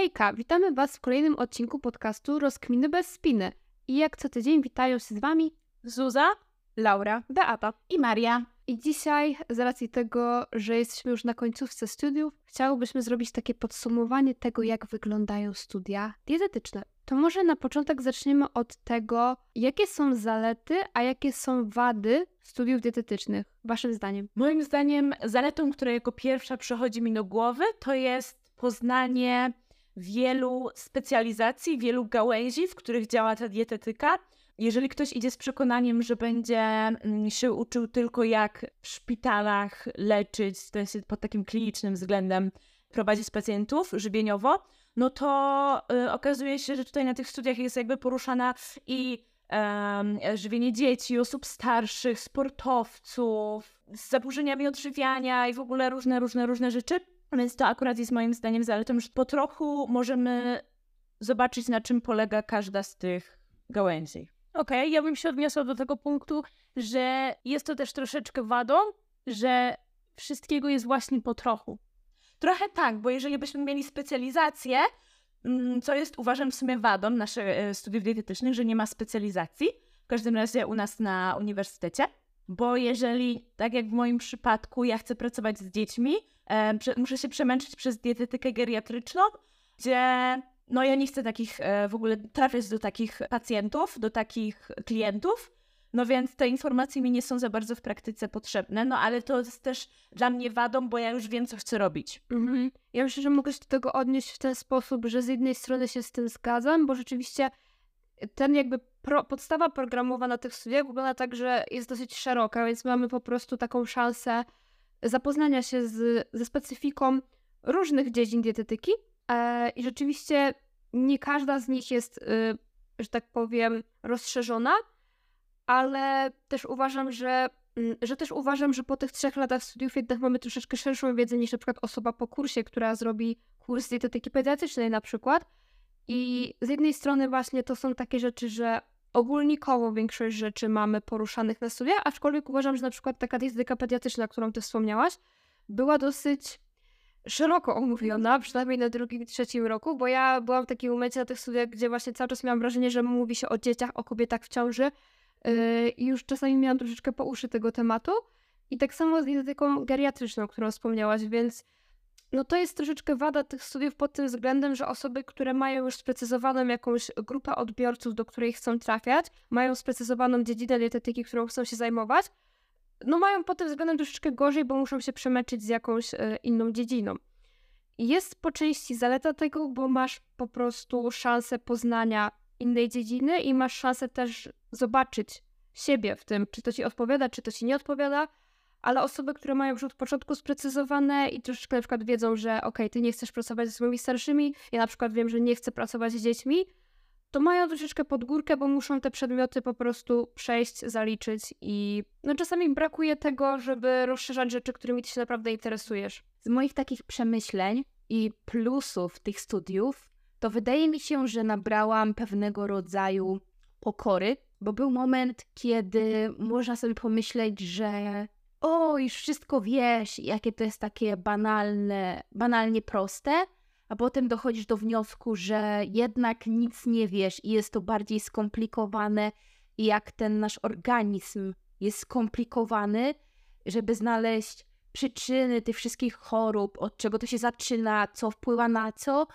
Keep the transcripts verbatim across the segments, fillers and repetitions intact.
Hejka, witamy Was w kolejnym odcinku podcastu Rozkminy bez spiny. I jak co tydzień witają się z Wami Zuza, Laura, Beata i Maria. I dzisiaj, z racji tego, że jesteśmy już na końcówce studiów, chciałybyśmy zrobić takie podsumowanie tego, jak wyglądają studia dietetyczne. To może na początek zaczniemy od tego, jakie są zalety, a jakie są wady studiów dietetycznych, Waszym zdaniem? Moim zdaniem zaletą, która jako pierwsza przychodzi mi do głowy, to jest poznanie wielu specjalizacji, wielu gałęzi, w których działa ta dietetyka. Jeżeli ktoś idzie z przekonaniem, że będzie się uczył tylko jak w szpitalach leczyć, to jest pod takim klinicznym względem prowadzić pacjentów żywieniowo, no to y, okazuje się, że tutaj na tych studiach jest jakby poruszana i um, żywienie dzieci, osób starszych, sportowców, z zaburzeniami odżywiania i w ogóle różne, różne, różne rzeczy. Więc to akurat jest moim zdaniem zaletą, że po trochu możemy zobaczyć, na czym polega każda z tych gałęzi. Okej, okay, ja bym się odniosła do tego punktu, że jest to też troszeczkę wadą, że wszystkiego jest właśnie po trochu. Trochę tak, bo jeżeli byśmy mieli specjalizację, co jest uważam w sumie wadą naszych studiów dietetycznych, że nie ma specjalizacji, w każdym razie u nas na uniwersytecie, bo jeżeli, tak jak w moim przypadku, ja chcę pracować z dziećmi, e, prze, muszę się przemęczyć przez dietetykę geriatryczną, gdzie no ja nie chcę takich e, w ogóle trafiać do takich pacjentów, do takich klientów, no więc te informacje mi nie są za bardzo w praktyce potrzebne, no ale to jest też dla mnie wadą, bo ja już wiem, co chcę robić. Mhm. Ja myślę, że mogę się do tego odnieść w ten sposób, że z jednej strony się z tym zgadzam, bo rzeczywiście ten jakby pro, podstawa programowa na tych studiach wygląda tak, że jest dosyć szeroka, więc mamy po prostu taką szansę zapoznania się z, ze specyfiką różnych dziedzin dietetyki e, i rzeczywiście nie każda z nich jest, y, że tak powiem, rozszerzona, ale też uważam, że, y, że też uważam, że po tych trzech latach studiów jednak mamy troszeczkę szerszą wiedzę niż na przykład osoba po kursie, która zrobi kurs dietetyki pediatrycznej na przykład. I z jednej strony właśnie to są takie rzeczy, że ogólnikowo większość rzeczy mamy poruszanych na studiach, aczkolwiek uważam, że na przykład taka dietetyka pediatryczna, którą ty wspomniałaś, była dosyć szeroko omówiona, przynajmniej na drugim i trzecim roku, bo ja byłam w takim momencie na tych studiach, gdzie właśnie cały czas miałam wrażenie, że mówi się o dzieciach, o kobietach w ciąży yy, i już czasami miałam troszeczkę po uszy tego tematu. I tak samo z dietetyką geriatryczną, którą wspomniałaś, więc no to jest troszeczkę wada tych studiów pod tym względem, że osoby, które mają już sprecyzowaną jakąś grupę odbiorców, do której chcą trafiać, mają sprecyzowaną dziedzinę dietetyki, którą chcą się zajmować, no mają pod tym względem troszeczkę gorzej, bo muszą się przemęczyć z jakąś e, inną dziedziną. I jest po części zaleta tego, bo masz po prostu szansę poznania innej dziedziny i masz szansę też zobaczyć siebie w tym, czy to ci odpowiada, czy to ci nie odpowiada. Ale osoby, które mają już od początku sprecyzowane i troszeczkę na przykład wiedzą, że okej, okay, ty nie chcesz pracować ze swoimi starszymi, ja na przykład wiem, że nie chcę pracować z dziećmi, to mają troszeczkę pod górkę, bo muszą te przedmioty po prostu przejść, zaliczyć i no czasami brakuje tego, żeby rozszerzać rzeczy, którymi ty się naprawdę interesujesz. Z moich takich przemyśleń i plusów tych studiów, to wydaje mi się, że nabrałam pewnego rodzaju pokory, bo był moment, kiedy można sobie pomyśleć, że o, już wszystko wiesz, jakie to jest takie banalne, banalnie proste, a potem dochodzisz do wniosku, że jednak nic nie wiesz i jest to bardziej skomplikowane i jak ten nasz organizm jest skomplikowany, żeby znaleźć przyczyny tych wszystkich chorób, od czego to się zaczyna, co wpływa na co,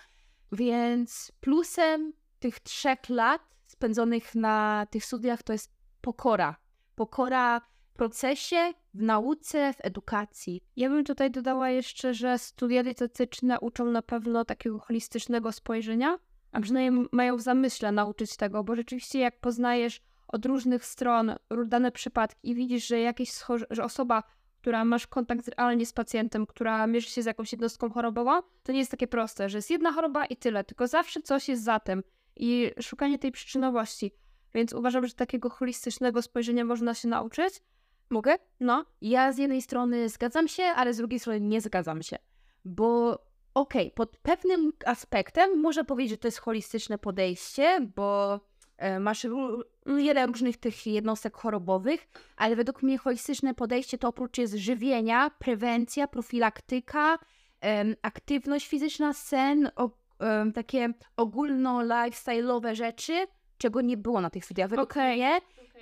więc plusem tych trzech lat spędzonych na tych studiach to jest pokora. Pokora w procesie, w nauce, w edukacji. Ja bym tutaj dodała jeszcze, że studia dietetyczne uczą na pewno takiego holistycznego spojrzenia, a przynajmniej mają w zamyśle nauczyć tego, bo rzeczywiście jak poznajesz od różnych stron dane przypadki i widzisz, że jakaś scho- że osoba, która masz kontakt realnie z pacjentem, która mierzy się z jakąś jednostką chorobową, to nie jest takie proste, że jest jedna choroba i tyle, tylko zawsze coś jest za tym i szukanie tej przyczynowości. Więc uważam, że takiego holistycznego spojrzenia można się nauczyć. Mogę? No. Ja z jednej strony zgadzam się, ale z drugiej strony nie zgadzam się. Bo okej, okay, pod pewnym aspektem można powiedzieć, że to jest holistyczne podejście, bo e, masz ró- wiele różnych tych jednostek chorobowych, ale według mnie holistyczne podejście to oprócz jest żywienia, prewencja, profilaktyka, e, aktywność fizyczna, sen, o, um, takie ogólno-lifestyle'owe rzeczy, czego nie było na tych studiach. Okej. Okay.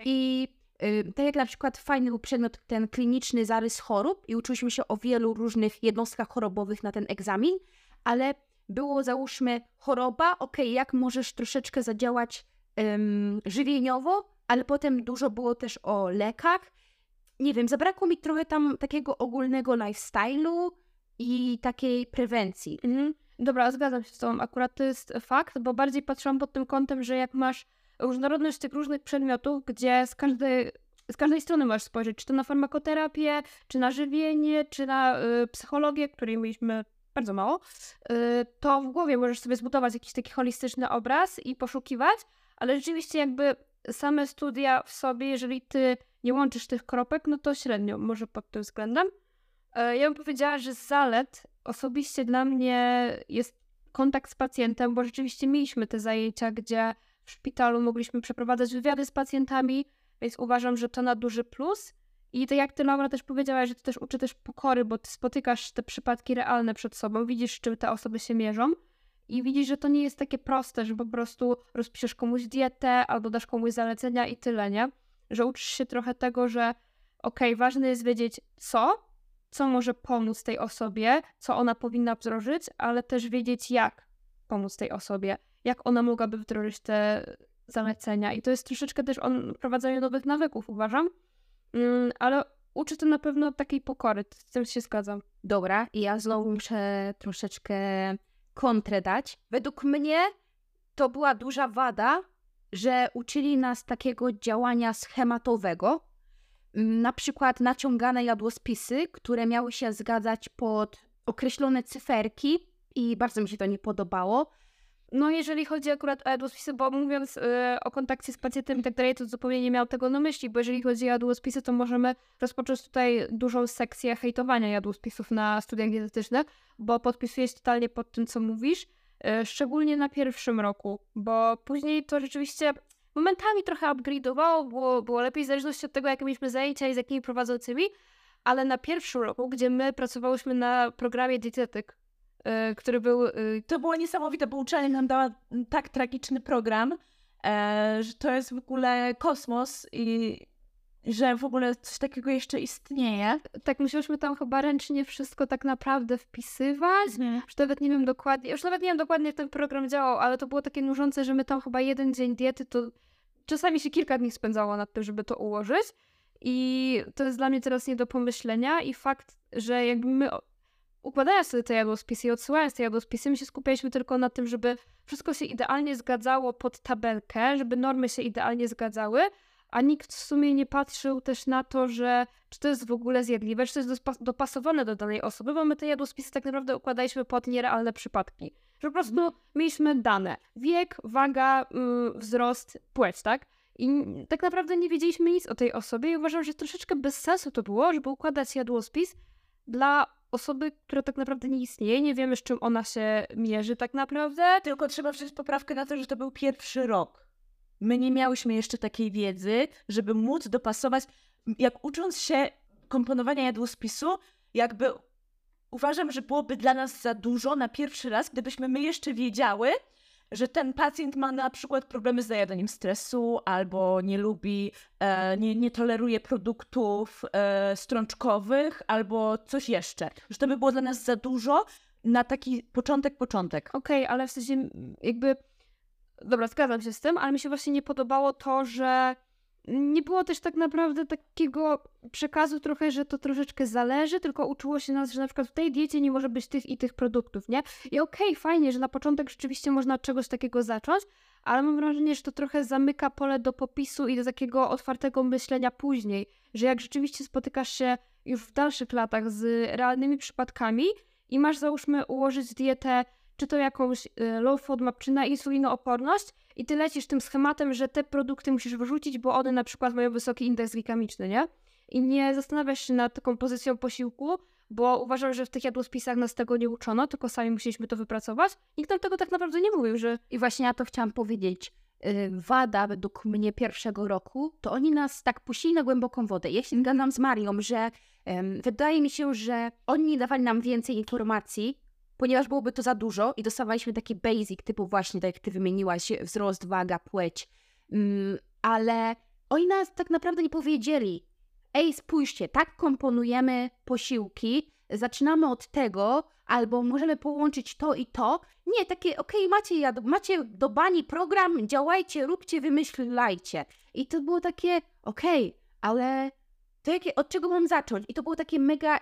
I y, tak jak na przykład fajny był przedmiot ten kliniczny zarys chorób i uczyliśmy się o wielu różnych jednostkach chorobowych na ten egzamin, ale było załóżmy choroba, okej, okay, jak możesz troszeczkę zadziałać um, żywieniowo, ale potem dużo było też o lekach. Nie wiem, zabrakło mi trochę tam takiego ogólnego lifestyle'u i takiej prewencji. Mhm. Dobra, zgadzam się z tobą. Akurat to jest fakt, bo bardziej patrzyłam pod tym kątem, że jak masz różnorodność tych różnych przedmiotów, gdzie z każdej, z każdej strony możesz spojrzeć, czy to na farmakoterapię, czy na żywienie, czy na y, psychologię, której mieliśmy bardzo mało, y, to w głowie możesz sobie zbudować jakiś taki holistyczny obraz i poszukiwać, ale rzeczywiście jakby same studia w sobie, jeżeli ty nie łączysz tych kropek, no to średnio, może pod tym względem. Y, ja bym powiedziała, że z zalet osobiście dla mnie jest kontakt z pacjentem, bo rzeczywiście mieliśmy te zajęcia, gdzie w szpitalu mogliśmy przeprowadzać wywiady z pacjentami, więc uważam, że to na duży plus. I tak jak ty, Laura, też powiedziałaś, że to też uczy też pokory, bo ty spotykasz te przypadki realne przed sobą, widzisz, z czym te osoby się mierzą i widzisz, że to nie jest takie proste, że po prostu rozpiszesz komuś dietę albo dasz komuś zalecenia i tyle, nie? Że uczysz się trochę tego, że okej, okay, ważne jest wiedzieć co, co może pomóc tej osobie, co ona powinna wdrożyć, ale też wiedzieć jak pomóc tej osobie, jak ona mogłaby wdrożyć te zalecenia. I to jest troszeczkę też o wprowadzaniu nowych nawyków, uważam. Mm, ale uczy to na pewno takiej pokory, z tym się zgadzam. Dobra, i ja znowu muszę troszeczkę kontrę dać. Według mnie to była duża wada, że uczyli nas takiego działania schematowego, na przykład naciągane jadłospisy, które miały się zgadzać pod określone cyferki i bardzo mi się to nie podobało. No jeżeli chodzi akurat o jadłospisy, bo mówiąc yy, o kontakcie z pacjentem i tak dalej, to zupełnie nie miał tego na myśli, bo jeżeli chodzi o jadłospisy, to możemy rozpocząć tutaj dużą sekcję hejtowania jadłospisów na studiach dietetycznych, bo podpisuję się totalnie pod tym, co mówisz, yy, szczególnie na pierwszym roku, bo później to rzeczywiście momentami trochę upgrade'owało, było, było lepiej w zależności od tego, jakie mieliśmy zajęcia i z jakimi prowadzącymi, ale na pierwszym roku, gdzie my pracowałyśmy na programie dietetyk, który był... To było niesamowite, bo uczelnia nam dała tak tragiczny program, e, że to jest w ogóle kosmos i że w ogóle coś takiego jeszcze istnieje. Tak, musieliśmy tam chyba ręcznie wszystko tak naprawdę wpisywać. Nie. Już nawet nie wiem dokładnie, już nawet nie wiem dokładnie, jak ten program działał, ale to było takie nużące, że my tam chyba jeden dzień diety, to czasami się kilka dni spędzało nad tym, żeby to ułożyć. I to jest dla mnie teraz nie do pomyślenia i fakt, że jakby my układając sobie te jadłospisy i odsyłając te jadłospisy, my się skupialiśmy tylko na tym, żeby wszystko się idealnie zgadzało pod tabelkę, żeby normy się idealnie zgadzały, a nikt w sumie nie patrzył też na to, że czy to jest w ogóle zjadliwe, czy to jest dospa- dopasowane do danej osoby, bo my te jadłospisy tak naprawdę układaliśmy pod nierealne przypadki. Że po prostu mieliśmy dane. Wiek, waga, yy, wzrost, płeć, tak? I tak naprawdę nie wiedzieliśmy nic o tej osobie i uważam, że troszeczkę bez sensu to było, żeby układać jadłospis dla osoby, która tak naprawdę nie istnieje, nie wiemy, z czym ona się mierzy tak naprawdę. Tylko trzeba wziąć poprawkę na to, że to był pierwszy rok. My nie miałyśmy jeszcze takiej wiedzy, żeby móc dopasować, jak ucząc się komponowania jadłospisu, jakby uważam, że byłoby dla nas za dużo na pierwszy raz, gdybyśmy my jeszcze wiedziały, że ten pacjent ma na przykład problemy z zajadaniem stresu albo nie lubi, e, nie, nie toleruje produktów e, strączkowych albo coś jeszcze. Że to by było dla nas za dużo na taki początek, początek. Okej, okay, ale w sensie jakby... Dobra, zgadzam się z tym, ale mi się właśnie nie podobało to, że nie było też tak naprawdę takiego przekazu trochę, że to troszeczkę zależy, tylko uczyło się nas, że na przykład w tej diecie nie może być tych i tych produktów, nie? I okej, okay, fajnie, że na początek rzeczywiście można od czegoś takiego zacząć, ale mam wrażenie, że to trochę zamyka pole do popisu i do takiego otwartego myślenia później, że jak rzeczywiście spotykasz się już w dalszych latach z realnymi przypadkami i masz, załóżmy, ułożyć dietę, czy to jakąś low FODMAP, czy na insulinooporność i ty lecisz tym schematem, że te produkty musisz wyrzucić, bo one na przykład mają wysoki indeks glikemiczny, nie? I nie zastanawiasz się nad kompozycją posiłku, bo uważam, że w tych jadłospisach nas tego nie uczono, tylko sami musieliśmy to wypracować. Nikt nam tego tak naprawdę nie mówił, że... I właśnie ja to chciałam powiedzieć. Wada według mnie pierwszego roku, to oni nas tak puścili na głęboką wodę. Ja się zgadzam z Marią, że um, wydaje mi się, że oni dawali nam więcej informacji, ponieważ byłoby to za dużo i dostawaliśmy taki basic typu właśnie, tak jak ty wymieniłaś, wzrost, waga, płeć, um, ale oni nas tak naprawdę nie powiedzieli, ej, spójrzcie, tak komponujemy posiłki, zaczynamy od tego, albo możemy połączyć to i to. Nie, takie, okej, okay, macie, jad- macie do bani program, działajcie, róbcie, wymyślajcie. I to było takie, okej, okay, ale to jakie, od czego mam zacząć? I to było takie mega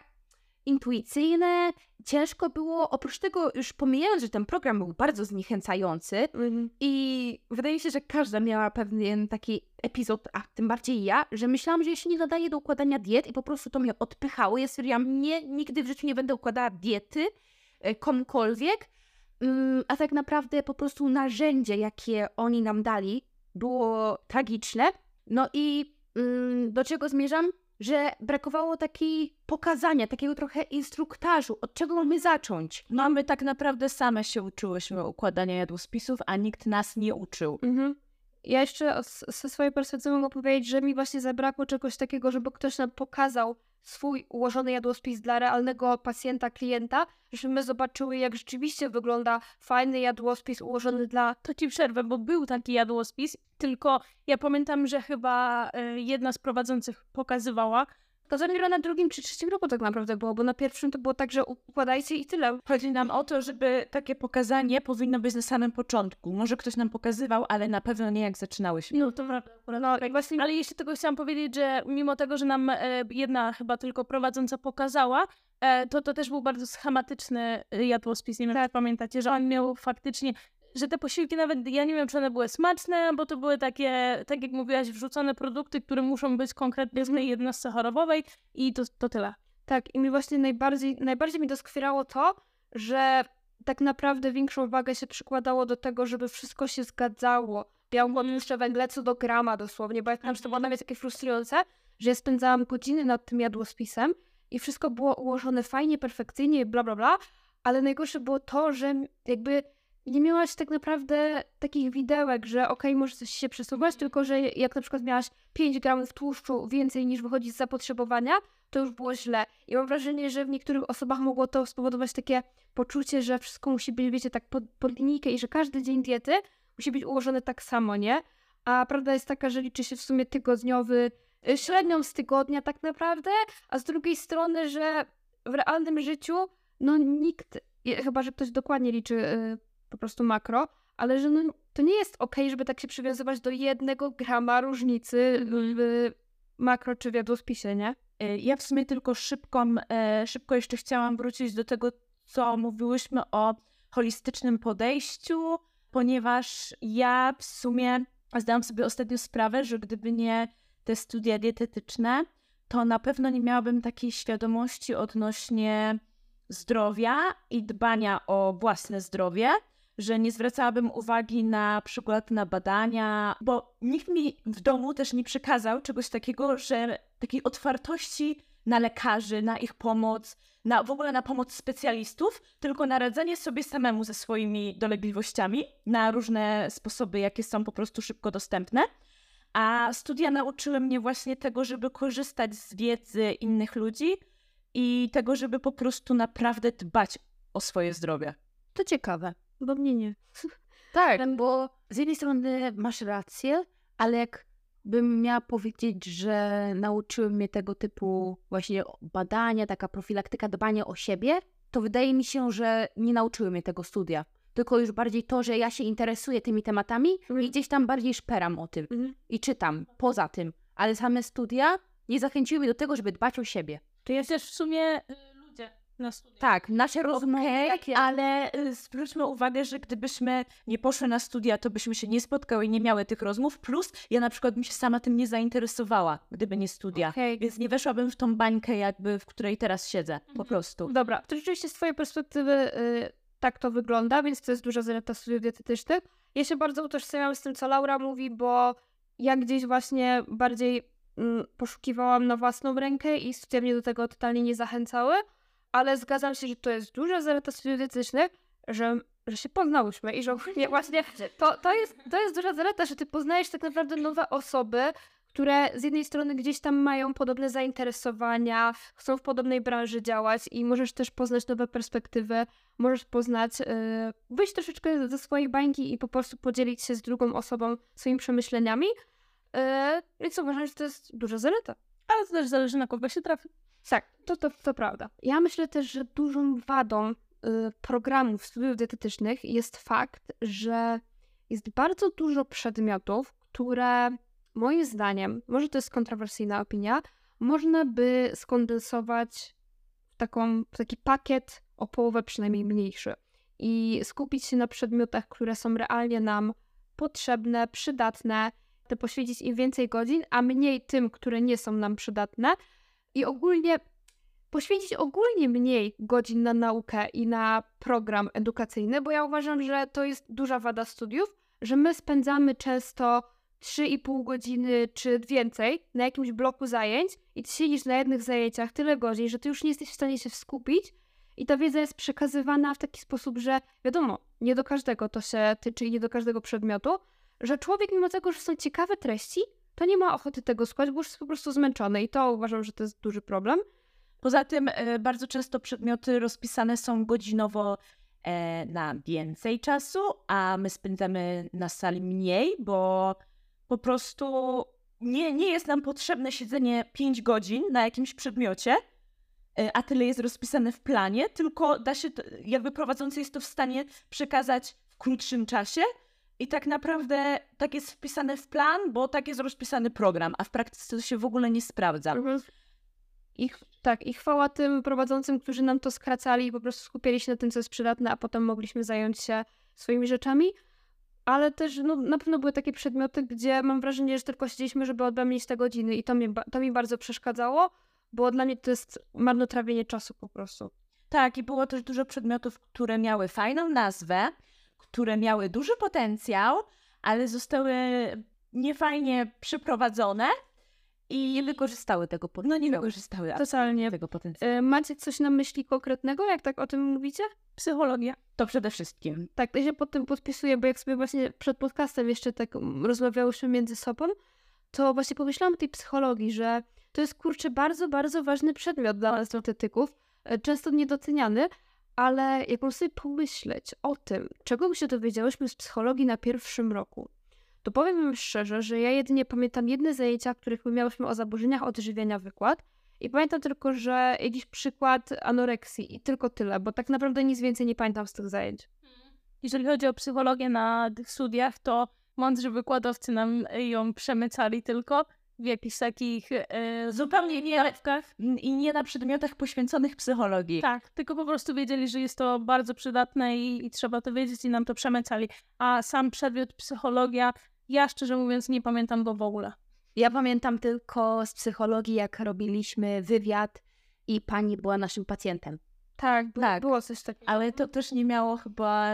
intuicyjne, ciężko było, oprócz tego już pomijając, że ten program był bardzo zniechęcający mm. i wydaje mi się, że każda miała pewien taki epizod, a tym bardziej ja, że myślałam, że ja się nie nadaję do układania diet i po prostu to mnie odpychało. Ja stwierdziłam, nie, nigdy w życiu nie będę układała diety komukolwiek, mm, a tak naprawdę po prostu narzędzie, jakie oni nam dali, było tragiczne. No i mm, do czego zmierzam? Że brakowało takiej pokazania, takiego trochę instruktażu, od czego mamy zacząć. No my tak naprawdę same się uczyłyśmy układania jadłospisów, a nikt nas nie uczył. Mhm. Ja jeszcze ze swojej perspektywy mogę powiedzieć, że mi właśnie zabrakło czegoś takiego, żeby ktoś nam pokazał swój ułożony jadłospis dla realnego pacjenta, klienta, żebyśmy zobaczyły, jak rzeczywiście wygląda fajny jadłospis ułożony dla... To ci przerwę, bo był taki jadłospis, tylko ja pamiętam, że chyba y, jedna z prowadzących pokazywała. To dopiero na drugim czy trzecim roku tak naprawdę było, bo na pierwszym to było tak, że układajcie i tyle. Chodzi nam o to, żeby takie pokazanie powinno być na samym początku. Może ktoś nam pokazywał, ale na pewno nie jak zaczynałyśmy. No to prawda. No, tak właśnie, ale jeszcze tego chciałam powiedzieć, że mimo tego, że nam e, jedna chyba tylko prowadząca pokazała, e, to to też był bardzo schematyczny jadłospis. Nie wiem, tak. czy pamiętacie, że on miał faktycznie... że te posiłki nawet, ja nie wiem, czy one były smaczne, bo to były takie, tak jak mówiłaś, wrzucone produkty, które muszą być konkretnie z tej jednostce chorobowej i to, to tyle. Tak, i mi właśnie najbardziej, najbardziej mi doskwierało to, że tak naprawdę większą wagę się przykładało do tego, żeby wszystko się zgadzało. Białko, tłuszcze, węgle, co do grama dosłownie, bo ja pamiętam, że to było nawet takie frustrujące, że ja spędzałam godziny nad tym jadłospisem i wszystko było ułożone fajnie, perfekcyjnie, bla, bla, bla, ale najgorsze było to, że jakby nie miałaś tak naprawdę takich widełek, że okej, okay, możesz coś się przesuwać, tylko że jak na przykład miałaś pięć gramów tłuszczu więcej niż wychodzi z zapotrzebowania, to już było źle. I mam wrażenie, że w niektórych osobach mogło to spowodować takie poczucie, że wszystko musi być, wiecie, tak pod, pod linijkę i że każdy dzień diety musi być ułożony tak samo, nie? A prawda jest taka, że liczy się w sumie tygodniowy, średnią z tygodnia tak naprawdę, a z drugiej strony, że w realnym życiu, no nikt, chyba że ktoś dokładnie liczy yy, po prostu makro, ale że no, to nie jest okej, żeby tak się przywiązywać do jednego grama różnicy w makro czy w jadłospisie, nie? Ja w sumie tylko szybko, e, szybko jeszcze chciałam wrócić do tego, co mówiłyśmy o holistycznym podejściu, ponieważ ja w sumie zdałam sobie ostatnio sprawę, że gdyby nie te studia dietetyczne, to na pewno nie miałabym takiej świadomości odnośnie zdrowia i dbania o własne zdrowie, że nie zwracałabym uwagi na przykład na badania, bo nikt mi w domu też nie przekazał czegoś takiego, że takiej otwartości na lekarzy, na ich pomoc, na w ogóle na pomoc specjalistów, tylko na radzenie sobie samemu ze swoimi dolegliwościami na różne sposoby, jakie są po prostu szybko dostępne. A studia nauczyły mnie właśnie tego, żeby korzystać z wiedzy innych ludzi i tego, żeby po prostu naprawdę dbać o swoje zdrowie. To ciekawe. Bo mnie nie. Tak, bo z jednej strony masz rację, ale jakbym miała powiedzieć, że nauczyły mnie tego typu właśnie badania, taka profilaktyka, dbanie o siebie, to wydaje mi się, że nie nauczyły mnie tego studia. Tylko już bardziej to, że ja się interesuję tymi tematami mm. i gdzieś tam bardziej szperam o tym mm. i czytam poza tym. Ale same studia nie zachęciły mnie do tego, żeby dbać o siebie. To jest też w sumie ludzie na studiach. Tak, nasze rozmowy, okay, ale zwróćmy uwagę, że gdybyśmy nie poszły na studia, to byśmy się nie spotkały i nie miały tych rozmów, plus ja na przykład bym się sama tym nie zainteresowała, gdyby nie studia, okay. Więc nie weszłabym w tą bańkę jakby, w której teraz siedzę, po mhm. prostu. Dobra, to rzeczywiście z twojej perspektywy y, tak to wygląda, więc to jest duża zaleta studiów dietetycznych. Ja się bardzo utożsamiam z tym, co Laura mówi, bo ja gdzieś właśnie bardziej mm, poszukiwałam na własną rękę i studia mnie do tego totalnie nie zachęcały. Ale zgadzam się, że to jest duża zaleta studiów dietetycznych, że, że się poznałyśmy i że ogólnie właśnie to, to, jest, to jest duża zaleta, że ty poznajesz tak naprawdę nowe osoby, które z jednej strony gdzieś tam mają podobne zainteresowania, chcą w podobnej branży działać i możesz też poznać nowe perspektywy, możesz poznać, yy, wyjść troszeczkę ze swojej bańki i po prostu podzielić się z drugą osobą swoimi przemyśleniami. Yy, więc uważam, że to jest duża zaleta. Ale to też zależy, na kogo się trafi. Tak, to, to, to prawda. Ja myślę też, że dużą wadą y, programów studiów dietetycznych jest fakt, że jest bardzo dużo przedmiotów, które moim zdaniem, może to jest kontrowersyjna opinia, można by skondensować w, taką, w taki pakiet o połowę przynajmniej mniejszy i skupić się na przedmiotach, które są realnie nam potrzebne, przydatne, to poświęcić im więcej godzin, a mniej tym, które nie są nam przydatne i ogólnie poświęcić ogólnie mniej godzin na naukę i na program edukacyjny, bo ja uważam, że to jest duża wada studiów, że my spędzamy często trzy i pół godziny czy więcej na jakimś bloku zajęć i ty siedzisz na jednych zajęciach tyle godzin, że ty już nie jesteś w stanie się skupić i ta wiedza jest przekazywana w taki sposób, że wiadomo, nie do każdego to się tyczy i nie do każdego przedmiotu, że człowiek mimo tego, że są ciekawe treści, to nie ma ochoty tego słuchać, bo już jest po prostu zmęczony i to uważam, że to jest duży problem. Poza tym e, bardzo często przedmioty rozpisane są godzinowo e, na więcej czasu, a my spędzamy na sali mniej, bo po prostu nie, nie jest nam potrzebne siedzenie pięć godzin na jakimś przedmiocie, e, a tyle jest rozpisane w planie, tylko da się, to, jakby prowadzący jest to w stanie przekazać w krótszym czasie i tak naprawdę tak jest wpisane w plan, bo tak jest rozpisany program, a w praktyce to się w ogóle nie sprawdza. Mhm. I, tak, i chwała tym prowadzącym, którzy nam to skracali i po prostu skupiali się na tym, co jest przydatne, a potem mogliśmy zająć się swoimi rzeczami. Ale też no, na pewno były takie przedmioty, gdzie mam wrażenie, że tylko siedzieliśmy, żeby odbębnić te godziny i to mi, to mi bardzo przeszkadzało, bo dla mnie to jest marnotrawienie czasu po prostu. Tak, i było też dużo przedmiotów, które miały fajną nazwę, które miały duży potencjał, ale zostały niefajnie przyprowadzone i nie wykorzystały tego potencjału. No nie wykorzystały Totalnie. tego potencjału. Y, macie coś na myśli konkretnego, jak tak o tym mówicie? Psychologia. To przede wszystkim. Tak, ja się pod tym podpisuję, bo jak sobie właśnie przed podcastem jeszcze tak rozmawiałyśmy między sobą, to właśnie pomyślałam o tej psychologii, że to jest, kurczę, bardzo, bardzo ważny przedmiot dla nas dietetyków, często niedoceniany, ale jak mam sobie pomyśleć o tym, czego my się dowiedziałyśmy z psychologii na pierwszym roku, to powiem wam szczerze, że ja jedynie pamiętam jedne zajęcia, w których my miałyśmy o zaburzeniach odżywiania wykład i pamiętam tylko, że jakiś przykład anoreksji i tylko tyle, bo tak naprawdę nic więcej nie pamiętam z tych zajęć. Jeżeli chodzi o psychologię na tych studiach, to mądrzy wykładowcy nam ją przemycali tylko w jakichś takich e, Zupełnie nie, i nie na przedmiotach poświęconych psychologii. Tak, tylko po prostu wiedzieli, że jest to bardzo przydatne i, i trzeba to wiedzieć i nam to przemycali. A sam przedmiot psychologia, ja szczerze mówiąc nie pamiętam go w ogóle. Ja pamiętam tylko z psychologii, jak robiliśmy wywiad i pani była naszym pacjentem. Tak, b- Tak. było coś takiego. Ale to też nie miało chyba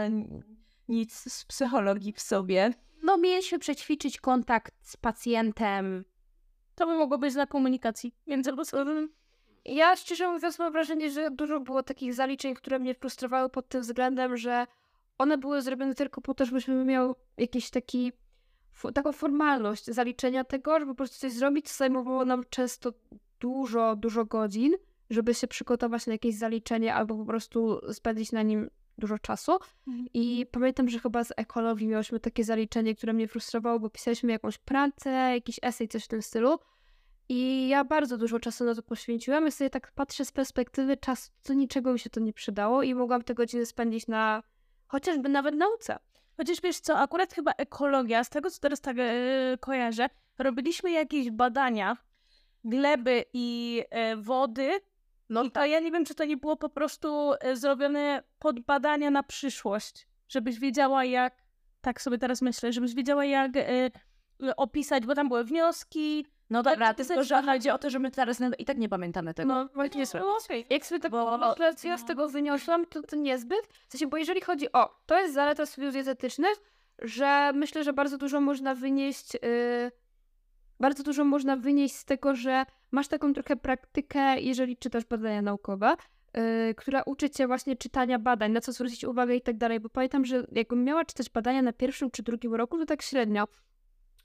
nic z psychologii w sobie. No, mieliśmy przećwiczyć kontakt z pacjentem. To by mogło być na komunikacji międzyludzkiej. Ja szczerze mówiąc mam wrażenie, że dużo było takich zaliczeń, które mnie frustrowały pod tym względem, że one były zrobione tylko po to, żebyśmy miał jakiś taki, f- taką formalność zaliczenia tego, żeby po prostu coś zrobić, co zajmowało nam często dużo, dużo godzin, żeby się przygotować na jakieś zaliczenie albo po prostu spędzić na nim dużo czasu. I pamiętam, że chyba z ekologii miałyśmy takie zaliczenie, które mnie frustrowało, bo pisaliśmy jakąś pracę, jakiś esej, coś w tym stylu. I ja bardzo dużo czasu na to poświęciłam i sobie tak patrzę z perspektywy czasu, co niczego mi się to nie przydało i mogłam te godziny spędzić na chociażby nawet nauce. Chociaż wiesz co, akurat chyba ekologia, z tego co teraz tak e, kojarzę, robiliśmy jakieś badania gleby i e, wody. No i to ja nie wiem, czy to nie było po prostu e, zrobione pod badania na przyszłość, żebyś wiedziała jak, tak sobie teraz myślę, żebyś wiedziała jak e, e, opisać, bo tam były wnioski. No dobra, tylko że chodzi o to, że my teraz i tak nie pamiętamy tego. No właśnie, No, okay. jak sobie tak Bo- myślę, co ja z tego wyniosłam, to, to niezbyt. W sensie, bo jeżeli chodzi o, to jest zaleta studiów dietetycznych, że myślę, że bardzo dużo można wynieść, yy, bardzo dużo można wynieść z tego, że masz taką trochę praktykę, jeżeli czytasz badania naukowe, yy, która uczy cię właśnie czytania badań, na co zwrócić uwagę i tak dalej, bo pamiętam, że jakbym miała czytać badania na pierwszym czy drugim roku, to tak średnio.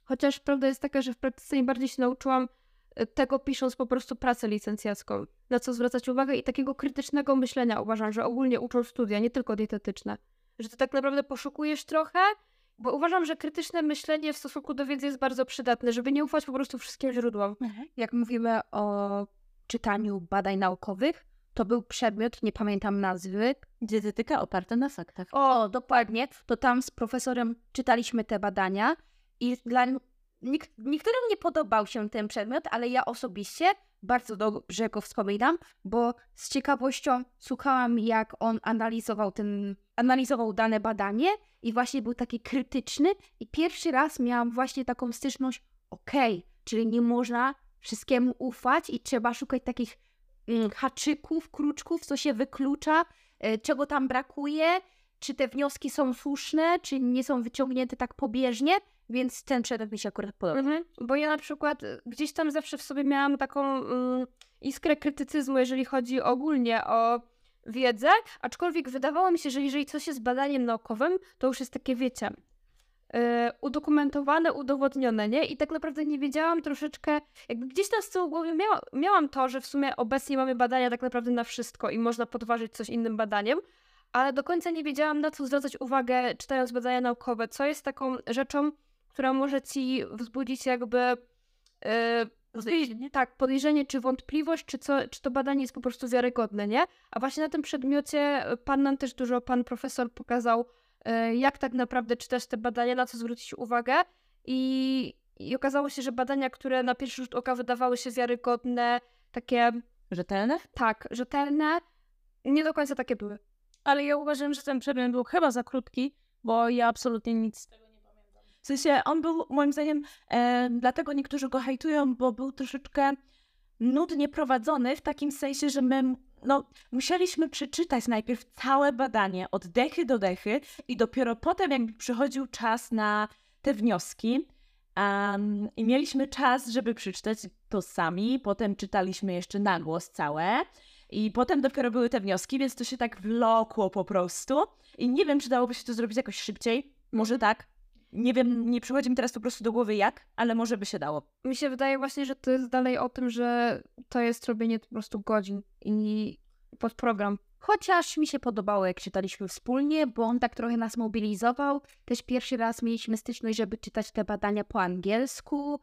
Chociaż prawda jest taka, że w praktyce najbardziej się nauczyłam tego pisząc po prostu pracę licencjacką, na co zwracać uwagę i takiego krytycznego myślenia uważam, że ogólnie uczą studia, nie tylko dietetyczne. Że ty tak naprawdę poszukujesz trochę, bo uważam, że krytyczne myślenie w stosunku do wiedzy jest bardzo przydatne, żeby nie ufać po prostu wszystkim źródłom. Mhm. Jak mówimy o czytaniu badań naukowych, to był przedmiot, nie pamiętam nazwy. Dietetyka oparta na faktach. O, dokładnie. To tam z profesorem czytaliśmy te badania i dla niek- niektórym nie podobał się ten przedmiot, ale ja osobiście bardzo dobrze go wspominam, bo z ciekawością słuchałam, jak on analizował ten, analizował dane badanie i właśnie był taki krytyczny i pierwszy raz miałam właśnie taką styczność, okej, okay, czyli nie można wszystkiemu ufać i trzeba szukać takich mm, haczyków, kruczków, co się wyklucza, y, czego tam brakuje, czy te wnioski są słuszne, czy nie są wyciągnięte tak pobieżnie, więc ten przedmiot mi się akurat podoba. Mhm. Bo ja na przykład gdzieś tam zawsze w sobie miałam taką mm, iskrę krytycyzmu, jeżeli chodzi ogólnie o wiedzę, aczkolwiek wydawało mi się, że jeżeli coś jest badaniem naukowym, to już jest takie, wiecie, yy, udokumentowane, udowodnione, nie? I tak naprawdę nie wiedziałam troszeczkę, jakby gdzieś tam z tyłu głowy miała, miałam to, że w sumie obecnie mamy badania tak naprawdę na wszystko i można podważyć coś innym badaniem, ale do końca nie wiedziałam, na co zwracać uwagę, czytając badania naukowe, co jest taką rzeczą, która może ci wzbudzić jakby yy, podejrzenie. Tak, podejrzenie czy wątpliwość, czy, co, czy to badanie jest po prostu wiarygodne, nie? A właśnie na tym przedmiocie pan nam też dużo, pan profesor pokazał, yy, jak tak naprawdę czytać te badania, na co zwrócić uwagę i, i okazało się, że badania, które na pierwszy rzut oka wydawały się wiarygodne, takie... Rzetelne? Tak, rzetelne, nie do końca takie były. Ale ja uważam, że ten przedmiot był chyba za krótki, bo ja absolutnie nic z tego nie pamiętam. W sensie on był, moim zdaniem, e, dlatego niektórzy go hejtują, bo był troszeczkę nudnie prowadzony w takim sensie, że my no, musieliśmy przeczytać najpierw całe badanie od dechy do dechy i dopiero potem jakby przychodził czas na te wnioski um, i mieliśmy czas, żeby przeczytać to sami, potem czytaliśmy jeszcze na głos całe. I potem dopiero były te wnioski, więc to się tak wlokło po prostu. I nie wiem, czy dałoby się to zrobić jakoś szybciej. Może tak. Nie wiem, nie przychodzi mi teraz po prostu do głowy jak, ale może by się dało. Mi się wydaje właśnie, że to jest dalej o tym, że to jest robienie po prostu godzin i pod program. Chociaż mi się podobało, jak czytaliśmy wspólnie, bo on tak trochę nas mobilizował. Też pierwszy raz mieliśmy styczność, żeby czytać te badania po angielsku.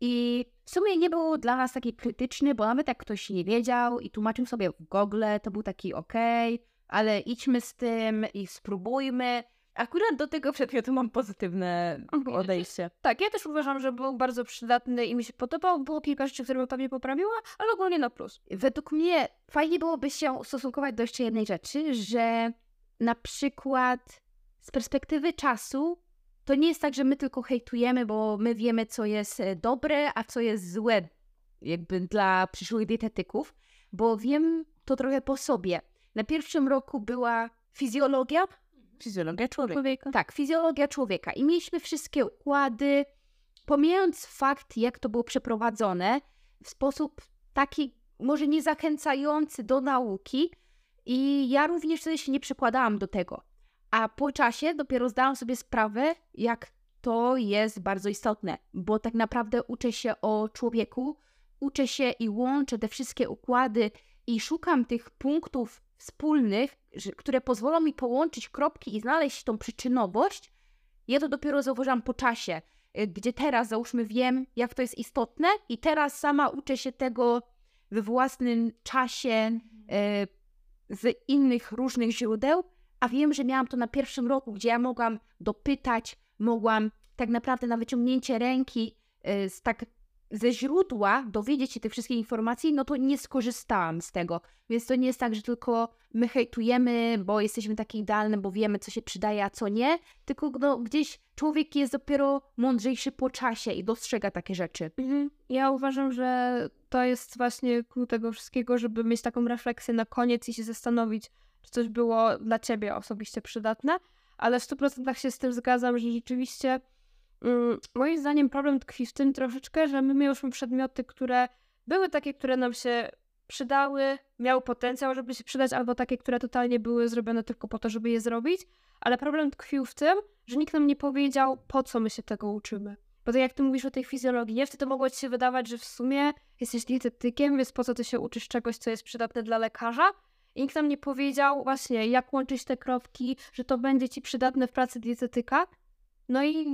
I w sumie nie był dla nas taki krytyczny, bo nawet jak ktoś nie wiedział i tłumaczył sobie w Google, to był taki okej, okay, ale idźmy z tym i spróbujmy. Akurat do tego przedmiotu mam pozytywne odejście. Tak, ja też uważam, że był bardzo przydatny i mi się podobał. Było kilka rzeczy, które bym pewnie poprawiła, ale ogólnie na plus. Według mnie fajnie byłoby się ustosunkować do jeszcze jednej rzeczy, że na przykład z perspektywy czasu to nie jest tak, że my tylko hejtujemy, bo my wiemy, co jest dobre, a co jest złe jakby dla przyszłych dietetyków, bo wiem to trochę po sobie. Na pierwszym roku była fizjologia. Fizjologia człowieka. człowieka. Tak, fizjologia człowieka. I mieliśmy wszystkie układy, pomijając fakt, jak to było przeprowadzone, w sposób taki może nie zachęcający do nauki i ja również wtedy się nie przykładałam do tego. A po czasie dopiero zdałam sobie sprawę, jak to jest bardzo istotne, bo tak naprawdę uczę się o człowieku, uczę się i łączę te wszystkie układy i szukam tych punktów wspólnych, które pozwolą mi połączyć kropki i znaleźć tą przyczynowość. Ja to dopiero zauważyłam po czasie, gdzie teraz załóżmy wiem, jak to jest istotne i teraz sama uczę się tego we własnym czasie e, z innych różnych źródeł, a wiem, że miałam to na pierwszym roku, gdzie ja mogłam dopytać, mogłam tak naprawdę na wyciągnięcie ręki y, z tak ze źródła dowiedzieć się tych wszystkich informacji, no to nie skorzystałam z tego. Więc to nie jest tak, że tylko my hejtujemy, bo jesteśmy takie idealne, bo wiemy, co się przydaje, a co nie, tylko no, gdzieś człowiek jest dopiero mądrzejszy po czasie i dostrzega takie rzeczy. Mhm. Ja uważam, że to jest właśnie klucz tego wszystkiego, żeby mieć taką refleksję na koniec i się zastanowić, czy coś było dla ciebie osobiście przydatne, ale w stu procentach się z tym zgadzam, że rzeczywiście mm, moim zdaniem problem tkwi w tym troszeczkę, że my mieliśmy przedmioty, które były takie, które nam się przydały, miały potencjał, żeby się przydać, albo takie, które totalnie były zrobione tylko po to, żeby je zrobić, ale problem tkwił w tym, że nikt nam nie powiedział, po co my się tego uczymy. Bo tak jak ty mówisz o tej fizjologii, nie? Wtedy mogło ci się wydawać, że w sumie jesteś dietetykiem, więc po co ty się uczysz czegoś, co jest przydatne dla lekarza? I nikt nam nie powiedział właśnie, jak łączyć te kropki, że to będzie ci przydatne w pracy dietetyka. No i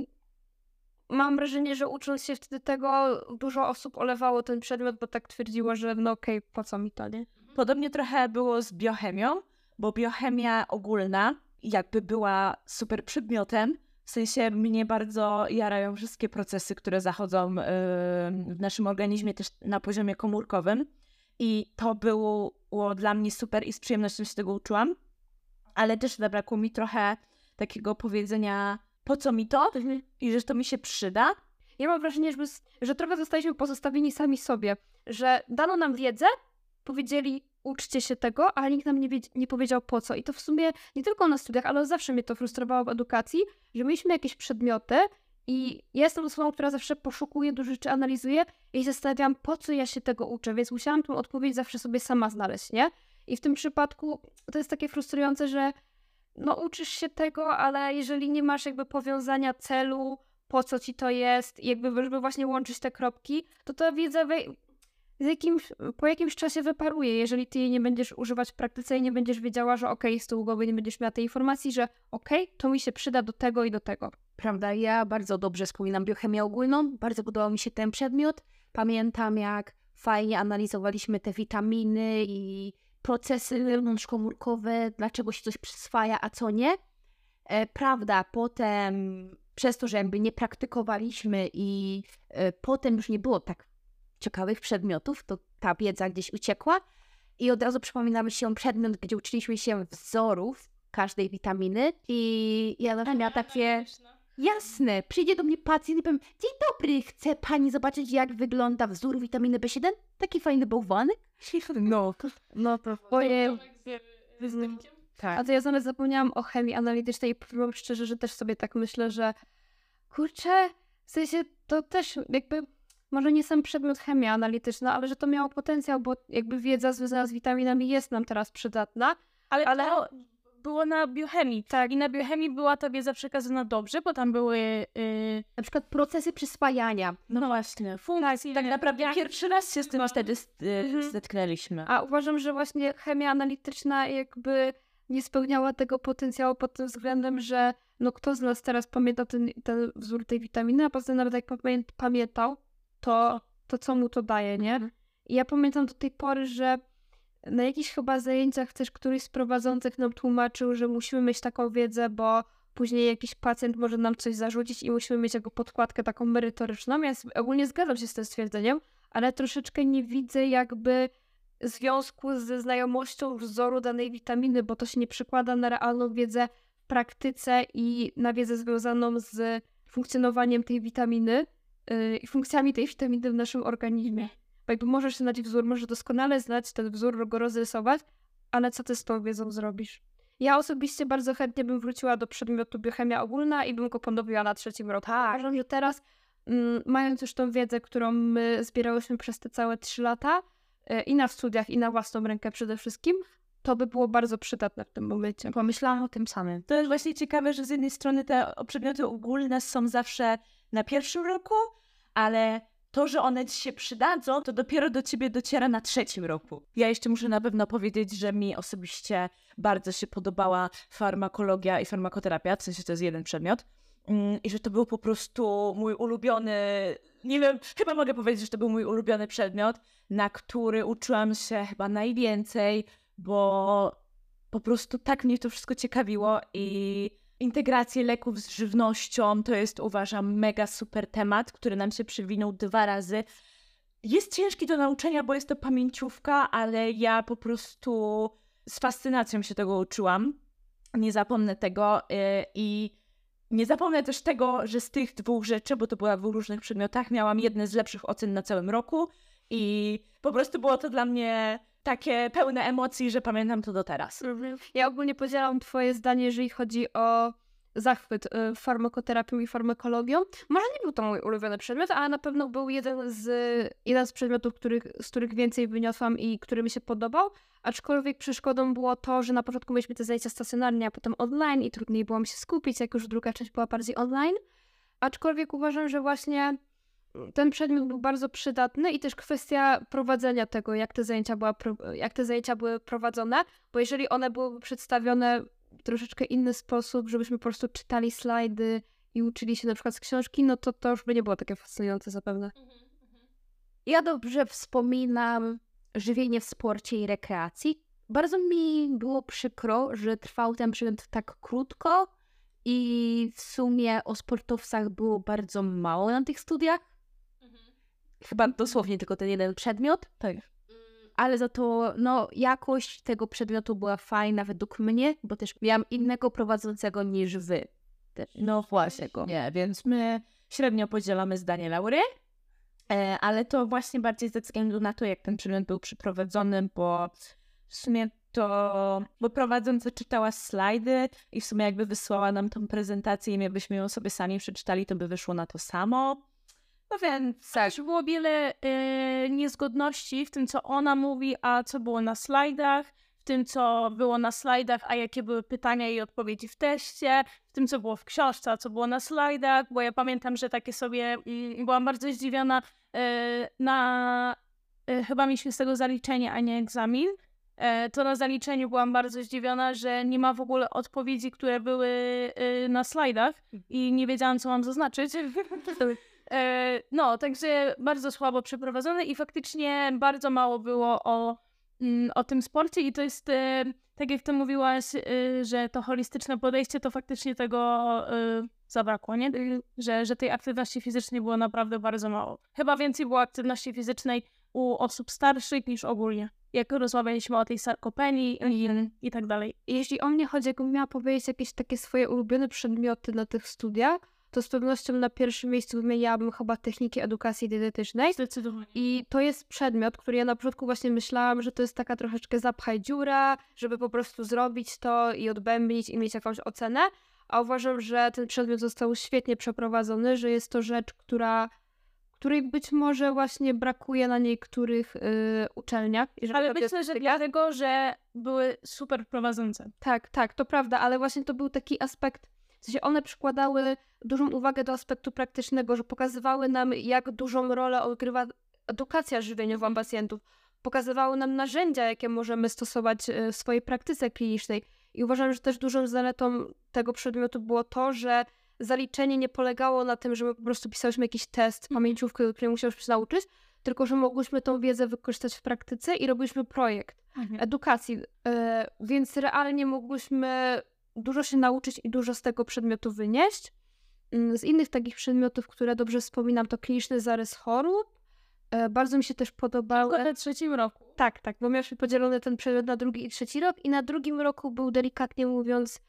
mam wrażenie, że ucząc się wtedy tego, dużo osób olewało ten przedmiot, bo tak twierdziło, że no okej, okay, po co mi to, nie? Podobnie trochę było z biochemią, bo biochemia ogólna jakby była super przedmiotem. W sensie mnie bardzo jarają wszystkie procesy, które zachodzą yy, w naszym organizmie też na poziomie komórkowym. I to było dla mnie super i z przyjemnością się tego uczyłam. Ale też zabrakło mi trochę takiego powiedzenia, po co mi to mhm. i że to mi się przyda. Ja mam wrażenie, że, że trochę zostaliśmy pozostawieni sami sobie. Że dano nam wiedzę, powiedzieli uczcie się tego, ale nikt nam nie, nie powiedział po co. I to w sumie nie tylko na studiach, ale zawsze mnie to frustrowało w edukacji, że mieliśmy jakieś przedmioty i ja jestem osobą, która zawsze poszukuje, dużo rzeczy analizuje i zastanawiam, po co ja się tego uczę, więc musiałam tą odpowiedź zawsze sobie sama znaleźć, nie? I w tym przypadku to jest takie frustrujące, że no uczysz się tego, ale jeżeli nie masz jakby powiązania celu, po co ci to jest, jakby żeby właśnie łączyć te kropki, to ta wiedza we- z jakimś, po jakimś czasie wyparuje, jeżeli ty jej nie będziesz używać w praktyce i nie będziesz wiedziała, że okej, okay, z tyłu głowy nie będziesz miała tej informacji, że okej, okay, to mi się przyda do tego i do tego. Prawda, ja bardzo dobrze wspominam biochemię ogólną, bardzo podobał mi się ten przedmiot. Pamiętam, jak fajnie analizowaliśmy te witaminy i procesy wewnątrzkomórkowe, dlaczego się coś przyswaja, a co nie. E, prawda, potem przez to, że jakby nie praktykowaliśmy i e, potem już nie było tak ciekawych przedmiotów, to ta wiedza gdzieś uciekła i od razu przypomina mi się przedmiot, gdzie uczyliśmy się wzorów każdej witaminy i ja zawsze miałam takie, jasne, przyjdzie do mnie pacjent i powiem, dzień dobry, chce pani zobaczyć, jak wygląda wzór witaminy B siedem? Taki fajny bałwanek? No, no to twoje... Tak. A to ja zamiast zapomniałam o chemii analitycznej i powiem szczerze, że też sobie tak myślę, że kurczę, w sensie to też jakby może nie sam przedmiot chemia analityczna, ale że to miało potencjał, bo jakby wiedza związana z witaminami jest nam teraz przydatna. Ale, ale... to było na biochemii. Tak, i na biochemii była ta wiedza przekazana dobrze, bo tam były yy... na przykład procesy przyswajania. No właśnie, funkcje. Tak, tak naprawdę jak... pierwszy raz się z tym wtedy zetknęliśmy. A uważam, że właśnie chemia analityczna jakby nie spełniała tego potencjału pod tym względem, że no kto z nas teraz pamięta ten, ten wzór tej witaminy, a poza tym nawet jak pamię- pamiętał, to, to co mu to daje, nie? I ja pamiętam do tej pory, że na jakichś chyba zajęciach też któryś z prowadzących nam tłumaczył, że musimy mieć taką wiedzę, bo później jakiś pacjent może nam coś zarzucić i musimy mieć jako podkładkę taką merytoryczną. Ja ogólnie zgadzam się z tym stwierdzeniem, ale troszeczkę nie widzę jakby związku ze znajomością wzoru danej witaminy, bo to się nie przekłada na realną wiedzę w praktyce i na wiedzę związaną z funkcjonowaniem tej witaminy yy, i funkcjami tej witaminy w naszym organizmie. Bo jakby możesz znać wzór, możesz doskonale znać ten wzór, go rozrysować, ale co ty z tą wiedzą zrobisz? Ja osobiście bardzo chętnie bym wróciła do przedmiotu biochemia ogólna i bym go ponowiła na trzecim roku. Tak. Uważam, że teraz, mm, mając już tą wiedzę, którą my zbierałyśmy przez te całe trzy lata, yy, i na studiach, i na własną rękę przede wszystkim, to by było bardzo przydatne w tym momencie. Pomyślałam o tym samym. To jest właśnie ciekawe, że z jednej strony te przedmioty ogólne są zawsze na pierwszym roku, ale to, że one ci się przydadzą, to dopiero do ciebie dociera na trzecim roku. Ja jeszcze muszę na pewno powiedzieć, że mi osobiście bardzo się podobała farmakologia i farmakoterapia, w sensie to jest jeden przedmiot, i że to był po prostu mój ulubiony, nie wiem, chyba mogę powiedzieć, że to był mój ulubiony przedmiot, na który uczyłam się chyba najwięcej, bo po prostu tak mnie to wszystko ciekawiło i integrację leków z żywnością to jest, uważam, mega super temat, który nam się przewinął dwa razy. Jest ciężki do nauczenia, bo jest to pamięciówka, ale ja po prostu z fascynacją się tego uczyłam. Nie zapomnę tego yy, i nie zapomnę też tego, że z tych dwóch rzeczy, bo to była w różnych przedmiotach, miałam jedne z lepszych ocen na całym roku i po prostu było to dla mnie takie pełne emocji, że pamiętam to do teraz. Ja ogólnie podzielam twoje zdanie, jeżeli chodzi o zachwyt y, farmakoterapią i farmakologią. Może nie był to mój ulubiony przedmiot, ale na pewno był jeden z, jeden z przedmiotów, których, z których więcej wyniosłam i który mi się podobał. Aczkolwiek przeszkodą było to, że na początku mieliśmy te zajęcia stacjonarnie, a potem online i trudniej było mi się skupić, jak już druga część była bardziej online. aczkolwiek uważam, że właśnie ten przedmiot był bardzo przydatny i też kwestia prowadzenia tego, jak te zajęcia, była, jak te zajęcia były prowadzone, bo jeżeli one byłyby przedstawione w troszeczkę inny sposób, żebyśmy po prostu czytali slajdy i uczyli się na przykład z książki, no to to już by nie było takie fascynujące zapewne. Ja dobrze wspominam żywienie w sporcie i rekreacji. Bardzo mi było przykro, że trwał ten przedmiot tak krótko i w sumie o sportowcach było bardzo mało na tych studiach. Mhm. Chyba dosłownie tylko ten jeden przedmiot. Tak. Ale za to no, jakość tego przedmiotu była fajna według mnie, bo też miałam innego prowadzącego niż wy. Też. No właśnie, nie, więc my średnio podzielamy zdanie Laury, e, ale to właśnie bardziej ze względu na to, jak ten przedmiot był przeprowadzony, bo w sumie to, bo prowadząca czytała slajdy i w sumie jakby wysłała nam tą prezentację i jakbyśmy ją sobie sami przeczytali, to by wyszło na to samo. No więc tak. Było wiele e, niezgodności w tym, co ona mówi, a co było na slajdach, w tym, co było na slajdach, a jakie były pytania i odpowiedzi w teście, w tym, co było w książce, a co było na slajdach, bo ja pamiętam, że takie sobie, mm, byłam bardzo zdziwiona e, na, e, chyba mieliśmy z tego zaliczenie, a nie egzamin, e, to na zaliczeniu byłam bardzo zdziwiona, że nie ma w ogóle odpowiedzi, które były e, na slajdach i nie wiedziałam, co mam zaznaczyć. No, także bardzo słabo przeprowadzone i faktycznie bardzo mało było o, o tym sporcie i to jest, tak jak ty mówiłaś, że to holistyczne podejście, to faktycznie tego zabrakło, nie? Że, że tej aktywności fizycznej było naprawdę bardzo mało. Chyba więcej było aktywności fizycznej u osób starszych niż ogólnie. Jak rozmawialiśmy o tej sarkopenii i, i tak dalej. Jeśli o mnie chodzi, jakbym miała powiedzieć jakieś takie swoje ulubione przedmioty na tych studiach, to z pewnością na pierwszym miejscu wymieniałabym chyba techniki edukacji dietetycznej. Zdecydowanie. I to jest przedmiot, który ja na początku właśnie myślałam, że to jest taka troszeczkę zapchaj dziura, żeby po prostu zrobić to i odbębnić i mieć jakąś ocenę. A uważam, że ten przedmiot został świetnie przeprowadzony, że jest to rzecz, która, której być może właśnie brakuje na niektórych yy, uczelniach. Ale myślę, że dlatego, że były super prowadzące. Tak, tak, to prawda, ale właśnie to był taki aspekt. W sensie one przykładały dużą uwagę do aspektu praktycznego, że pokazywały nam, jak dużą rolę odgrywa edukacja żywieniowa pacjentów. Pokazywały nam narzędzia, jakie możemy stosować w swojej praktyce klinicznej. I uważam, że też dużą zaletą tego przedmiotu było to, że zaliczenie nie polegało na tym, że my po prostu pisałyśmy jakiś test, pamięciówkę, do której musiałyśmy się nauczyć, tylko że mogłyśmy tą wiedzę wykorzystać w praktyce i robiliśmy projekt mhm. edukacji. Yy, więc realnie mogłyśmy dużo się nauczyć i dużo z tego przedmiotu wynieść. Z innych takich przedmiotów, które dobrze wspominam, to kliniczny zarys chorób. Bardzo mi się też podobały... Tylko na trzecim roku. Tak, tak, bo mieliśmy podzielony ten przedmiot na drugi i trzeci rok i na drugim roku był delikatnie mówiąc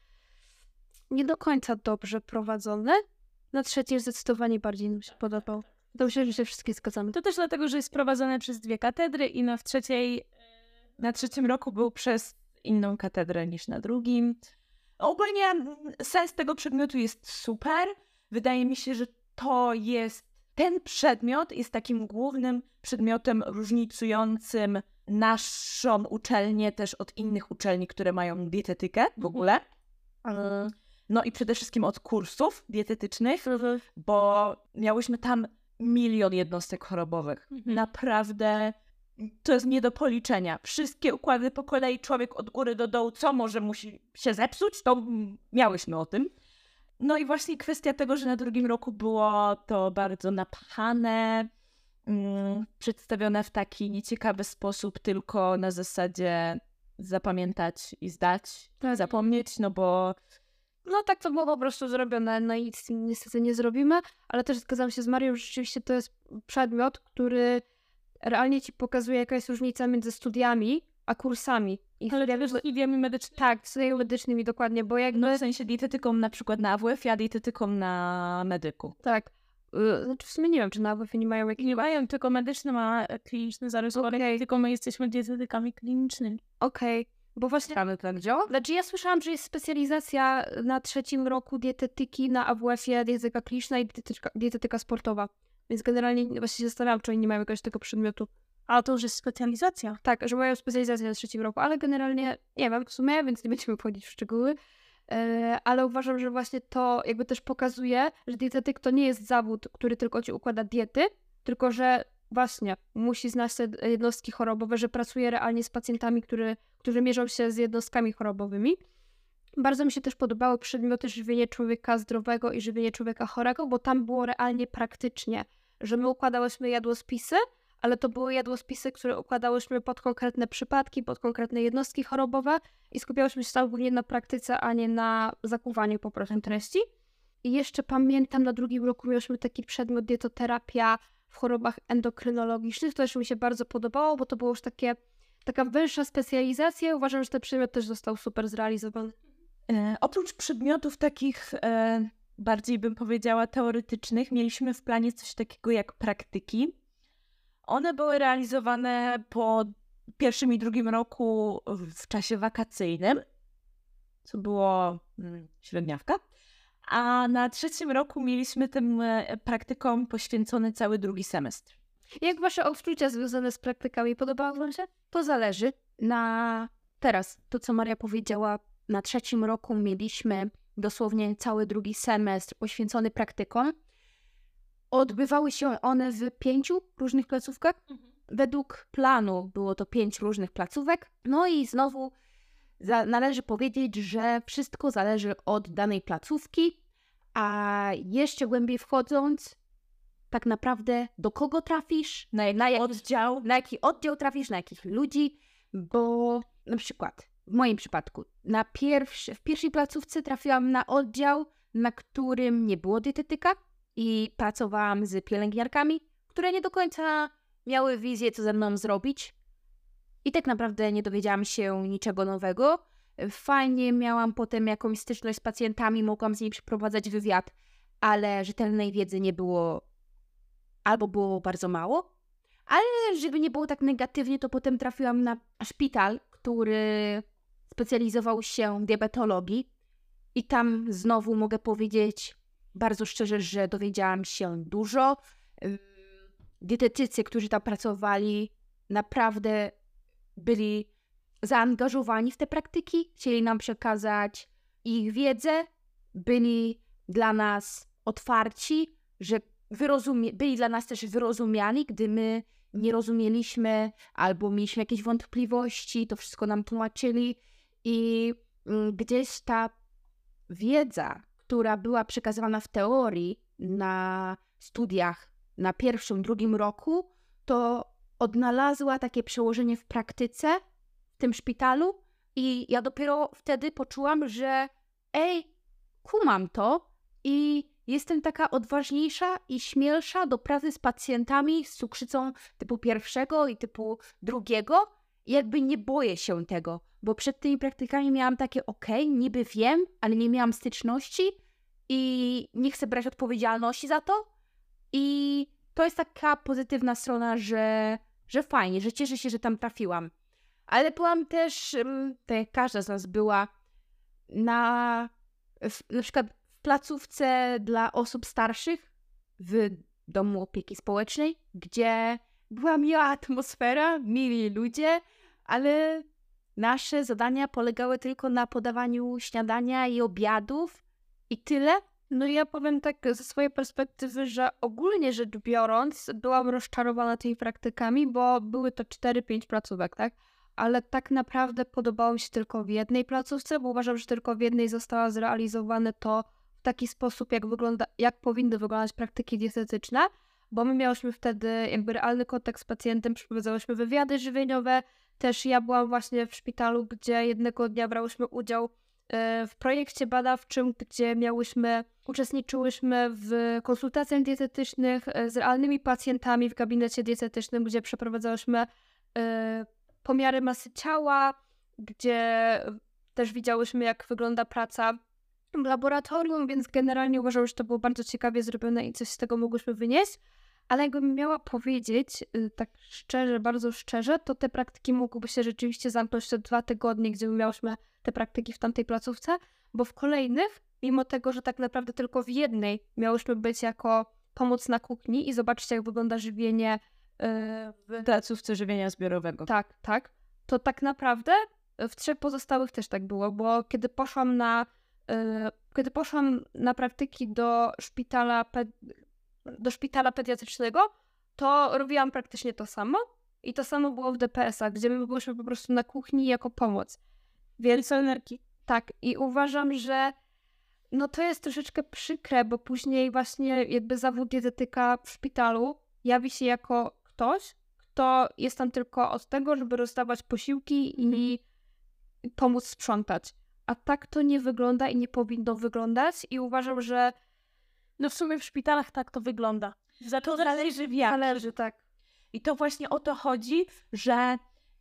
nie do końca dobrze prowadzony. Na trzecim zdecydowanie bardziej nam się podobał. To myślę, że się wszystkie zgadzamy. To też dlatego, że jest prowadzone przez dwie katedry i na w trzeciej... Na trzecim roku był przez inną katedrę niż na drugim. Ogólnie sens tego przedmiotu jest super. Wydaje mi się, że to jest, ten przedmiot jest takim głównym przedmiotem różnicującym naszą uczelnię też od innych uczelni, które mają dietetykę w ogóle. No i przede wszystkim od kursów dietetycznych, bo miałyśmy tam milion jednostek chorobowych. Naprawdę to jest nie do policzenia. Wszystkie układy po kolei, człowiek od góry do dołu, co może musi się zepsuć, to miałyśmy o tym. No i właśnie kwestia tego, że na drugim roku było to bardzo napchane, mm, przedstawione w taki nieciekawy sposób, tylko na zasadzie zapamiętać i zdać, tak. zapomnieć, no bo... No tak to było po prostu zrobione, no i nic z tym niestety nie zrobimy, ale też zgadzam się z Marią, że rzeczywiście to jest przedmiot, który realnie ci pokazuje, jaka jest różnica między studiami a kursami. I ale studiami, studiami medycznymi. Tak, studiami medycznymi, dokładnie, bo jakby... No w sensie dietetyką na przykład na A W F, a dietetyką na medyku. Tak. Znaczy w sumie nie wiem, czy na A W F nie mają jakieś... Nie mają, tylko medyczny ma kliniczny zarys chorób, okay. Tylko my jesteśmy dietetykami klinicznymi. Okej. Okay. Bo właśnie... Mamy tak działa? Znaczy ja słyszałam, że jest specjalizacja na trzecim roku dietetyki na A W F-ie, dietetyka kliniczna i dietetyka, dietetyka sportowa. Więc generalnie właśnie się zastanawiam, czy oni nie mają jakiegoś tego przedmiotu. A to już jest specjalizacja? Tak, że mają specjalizację na trzecim roku, ale generalnie nie wiem w sumie, więc nie będziemy wchodzić w szczegóły. ale uważam, że właśnie to jakby też pokazuje, że dietetyk to nie jest zawód, który tylko ci układa diety, tylko że właśnie musi znać te jednostki chorobowe, że pracuje realnie z pacjentami, który, którzy mierzą się z jednostkami chorobowymi. Bardzo mi się też podobały przedmioty żywienie człowieka zdrowego i żywienie człowieka chorego, bo tam było realnie praktycznie, że my układałyśmy jadłospisy, ale to były jadłospisy, które układałyśmy pod konkretne przypadki, pod konkretne jednostki chorobowe i skupiałyśmy się tam głównie na praktyce, a nie na zakuwaniu po prostu treści. I jeszcze pamiętam, na drugim roku mieliśmy taki przedmiot dietoterapia w chorobach endokrynologicznych. To też mi się bardzo podobało, bo to było już takie, taka wyższa specjalizacja. Uważam, że ten przedmiot też został super zrealizowany. E, oprócz przedmiotów takich e, bardziej bym powiedziała teoretycznych, mieliśmy w planie coś takiego jak praktyki. One były realizowane po pierwszym i drugim roku w czasie wakacyjnym, co było hmm, średniawka. A na trzecim roku mieliśmy tym praktykom poświęcony cały drugi semestr. Jak wasze odczucia związane z praktykami? Podobało wam się? To zależy. Na teraz, to co Maria powiedziała, na trzecim roku mieliśmy dosłownie cały drugi semestr poświęcony praktykom. Odbywały się one w pięciu różnych placówkach. Mhm. Według planu było to pięć różnych placówek. No i znowu za- należy powiedzieć, że wszystko zależy od danej placówki, a jeszcze głębiej wchodząc, tak naprawdę do kogo trafisz, na jaki, na jaki oddział, na jaki oddział trafisz, na jakich ludzi, bo na przykład w moim przypadku na pierwszy, w pierwszej placówce trafiłam na oddział, na którym nie było dietetyka i pracowałam z pielęgniarkami, które nie do końca miały wizję, co ze mną zrobić i tak naprawdę nie dowiedziałam się niczego nowego. Fajnie miałam potem jakąś styczność z pacjentami, mogłam z nimi przeprowadzać wywiad, ale rzetelnej wiedzy nie było albo było bardzo mało, ale żeby nie było tak negatywnie, to potem trafiłam na szpital, który specjalizował się w diabetologii i tam znowu mogę powiedzieć bardzo szczerze, że dowiedziałam się dużo. Dietetycy, którzy tam pracowali, naprawdę byli zaangażowani w te praktyki, chcieli nam przekazać ich wiedzę, byli dla nas otwarci, że wyrozumie- byli dla nas też wyrozumiali, gdy my nie rozumieliśmy albo mieliśmy jakieś wątpliwości, to wszystko nam tłumaczyli i mm, gdzieś ta wiedza, która była przekazywana w teorii na studiach na pierwszym, drugim roku, to odnalazła takie przełożenie w praktyce w tym szpitalu i ja dopiero wtedy poczułam, że ej, kumam to i jestem taka odważniejsza i śmielsza do pracy z pacjentami z cukrzycą typu pierwszego i typu drugiego. I jakby nie boję się tego, bo przed tymi praktykami miałam takie okej, okay, niby wiem, ale nie miałam styczności i nie chcę brać odpowiedzialności za to. I to jest taka pozytywna strona, że, że fajnie, że cieszę się, że tam trafiłam. Ale byłam też, tak jak każda z nas była, na, w, na przykład w placówce dla osób starszych w domu opieki społecznej, gdzie była miła atmosfera, mili ludzie, ale nasze zadania polegały tylko na podawaniu śniadania i obiadów i tyle. No ja powiem tak ze swojej perspektywy, że ogólnie rzecz biorąc byłam rozczarowana tymi praktykami, bo były to cztery pięć placówek, tak? Ale tak naprawdę podobało mi się tylko w jednej placówce, bo uważam, że tylko w jednej zostało zrealizowane to w taki sposób, jak wygląda, jak powinny wyglądać praktyki dietetyczne, bo my miałyśmy wtedy jakby realny kontakt z pacjentem, przeprowadzałyśmy wywiady żywieniowe, też ja byłam właśnie w szpitalu, gdzie jednego dnia brałyśmy udział w projekcie badawczym, gdzie miałyśmy, uczestniczyłyśmy w konsultacjach dietetycznych z realnymi pacjentami w gabinecie dietetycznym, gdzie przeprowadzałyśmy pomiary masy ciała, gdzie też widziałyśmy, jak wygląda praca w laboratorium, więc generalnie uważam, że to było bardzo ciekawie zrobione i coś z tego mogłyśmy wynieść. Ale jakbym miała powiedzieć, tak szczerze, bardzo szczerze, to te praktyki mogłyby się rzeczywiście zamknąć te dwa tygodnie, gdzie miałyśmy te praktyki w tamtej placówce, bo w kolejnych, mimo tego, że tak naprawdę tylko w jednej miałyśmy być jako pomoc na kuchni i zobaczyć, jak wygląda żywienie w placówce żywienia zbiorowego. Tak, tak. To tak naprawdę w trzech pozostałych też tak było, bo kiedy poszłam na kiedy poszłam na praktyki do szpitala, ped... do szpitala pediatrycznego, to robiłam praktycznie to samo i to samo było w D P S-ach, gdzie my byliśmy po prostu na kuchni jako pomoc. Więc Pielęgniarki. tak, i uważam, że no to jest troszeczkę przykre, bo później właśnie jakby zawód dietetyka w szpitalu jawi się jako ktoś, kto jest tam tylko od tego, żeby rozdawać posiłki i pomóc sprzątać. A tak to nie wygląda i nie powinno wyglądać i uważam, że No w sumie w szpitalach tak to wygląda. Za To zależy w jak. zależy, tak. I to właśnie o to chodzi, że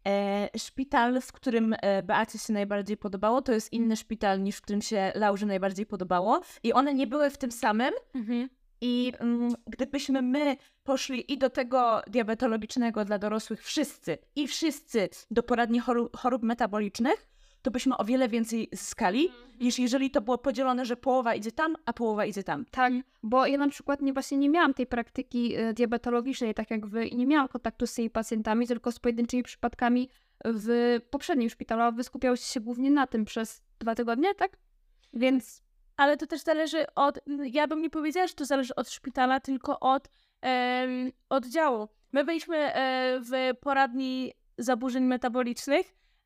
e, szpital, w którym e, Beacie się najbardziej podobało, to jest inny szpital niż w którym się Laurze najbardziej podobało. I one nie były w tym samym. Mhm. I mm, gdybyśmy my poszli i do tego diabetologicznego dla dorosłych wszyscy i wszyscy do poradni chorób, chorób metabolicznych, to byśmy o wiele więcej zyskali, niż jeżeli to było podzielone, że połowa idzie tam, a połowa idzie tam. Tak, bo ja na przykład nie, właśnie nie miałam tej praktyki y, diabetologicznej, tak jak wy, i nie miałam kontaktu z tymi pacjentami, tylko z pojedynczymi przypadkami w poprzednim szpitalu, a wy skupiałyście się głównie na tym przez dwa tygodnie, tak? Więc Ale to też zależy od, ja bym nie powiedziała, że to zależy od szpitala, tylko od em, oddziału. My byliśmy e, w poradni zaburzeń metabolicznych,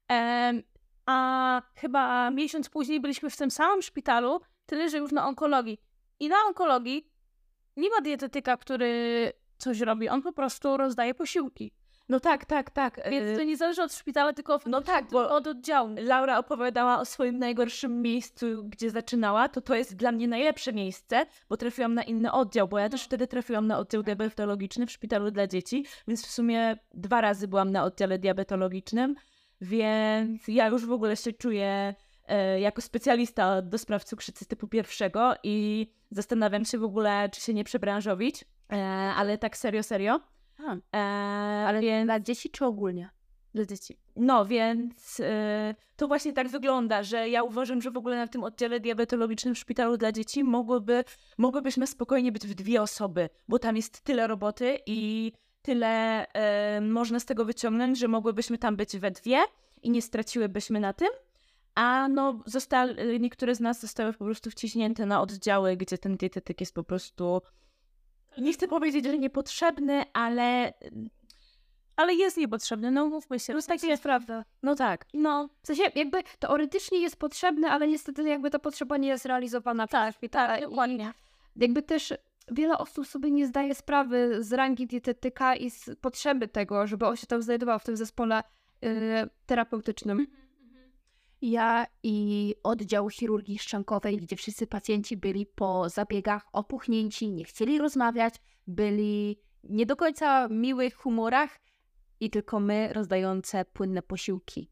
em, a chyba miesiąc później byliśmy w tym samym szpitalu, tyle że już na onkologii. I na onkologii nie ma dietetyka, który coś robi, on po prostu rozdaje posiłki. No tak, tak, tak. Więc to nie zależy od szpitala, tylko No tak, bo od oddziału. Laura opowiadała o swoim najgorszym miejscu, gdzie zaczynała, to to jest dla mnie najlepsze miejsce, bo trafiłam na inny oddział, bo ja też wtedy trafiłam na oddział diabetologiczny w szpitalu dla dzieci, więc w sumie dwa razy byłam na oddziale diabetologicznym, więc ja już w ogóle się czuję e, jako specjalista do spraw cukrzycy typu pierwszego i zastanawiam się w ogóle, czy się nie przebranżowić, e, ale tak serio, serio. A, E, ale więc... dla dzieci czy ogólnie? Dla dzieci. No więc yy, to właśnie tak wygląda, że ja uważam, że w ogóle na tym oddziale diabetologicznym w szpitalu dla dzieci mogłyby, mogłybyśmy spokojnie być w dwie osoby, bo tam jest tyle roboty i tyle yy, można z tego wyciągnąć, że mogłybyśmy tam być we dwie i nie straciłybyśmy na tym. A no, zostali, niektóre z nas zostały po prostu wciśnięte na oddziały, gdzie ten dietetyk jest po prostu, nie chcę powiedzieć, że niepotrzebny, ale... Ale jest niepotrzebny, no mówmy się. to jest tak jest prawda. No tak. No, w sensie jakby teoretycznie jest potrzebne, ale niestety jakby ta potrzeba nie jest realizowana przez szpitale. Tak, dokładnie. Jakby też wiele osób sobie nie zdaje sprawy z rangi dietetyka i z potrzeby tego, żeby on się tam znajdował w tym zespole y, terapeutycznym. Ja i oddział chirurgii szczękowej, gdzie wszyscy pacjenci byli po zabiegach opuchnięci, nie chcieli rozmawiać, byli nie do końca miłych humorach i tylko my rozdające płynne posiłki.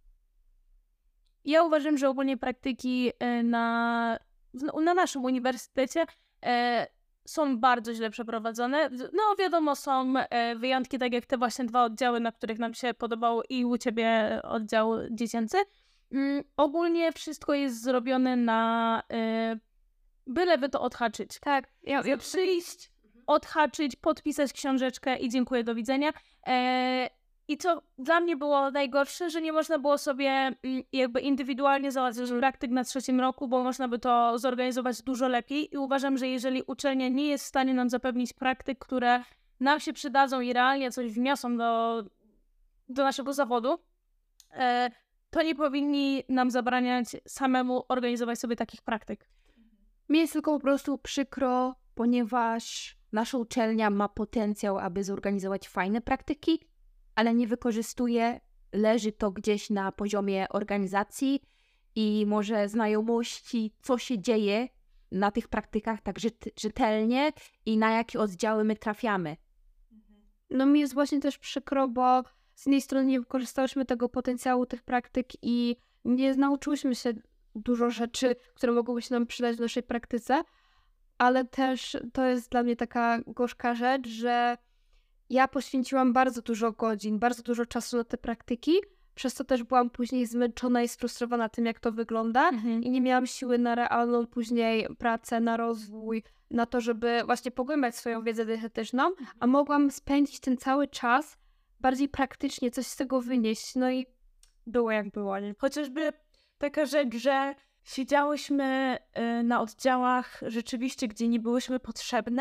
Ja uważam, że ogólnie praktyki e, na, w- na naszym uniwersytecie e, są bardzo źle przeprowadzone. No wiadomo, są e, wyjątki, tak jak te właśnie dwa oddziały, na których nam się podobało i u ciebie oddział dziecięcy. Mm, ogólnie wszystko jest zrobione na e, byleby to odhaczyć. Tak, ja, ja Przyjść, odhaczyć, podpisać książeczkę i dziękuję, do widzenia. E, I co dla mnie było najgorsze, że nie można było sobie mm, jakby indywidualnie załatwić praktyk na trzecim roku, bo można by to zorganizować dużo lepiej i uważam, że jeżeli uczelnia nie jest w stanie nam zapewnić praktyk, które nam się przydadzą i realnie coś wniosą do, do naszego zawodu, e, to nie powinni nam zabraniać samemu organizować sobie takich praktyk. Mi jest tylko po prostu przykro, ponieważ nasza uczelnia ma potencjał, aby zorganizować fajne praktyki, ale nie wykorzystuje, leży to gdzieś na poziomie organizacji i może znajomości, co się dzieje na tych praktykach tak rzet- rzetelnie i na jakie oddziały my trafiamy. No mi jest właśnie też przykro, bo z jednej strony nie wykorzystałyśmy tego potencjału tych praktyk i nie nauczyłyśmy się dużo rzeczy, które mogłyby się nam przydać w naszej praktyce, ale też to jest dla mnie taka gorzka rzecz, że ja poświęciłam bardzo dużo godzin, bardzo dużo czasu na te praktyki, przez co też byłam później zmęczona i sfrustrowana tym, jak to wygląda i nie miałam siły na realną później pracę, na rozwój, na to, żeby właśnie pogłębiać swoją wiedzę dietetyczną, a mogłam spędzić ten cały czas bardziej praktycznie, coś z tego wynieść, no i było jak było, nie? Chociażby taka rzecz, że siedziałyśmy y, na oddziałach rzeczywiście, gdzie nie byłyśmy potrzebne,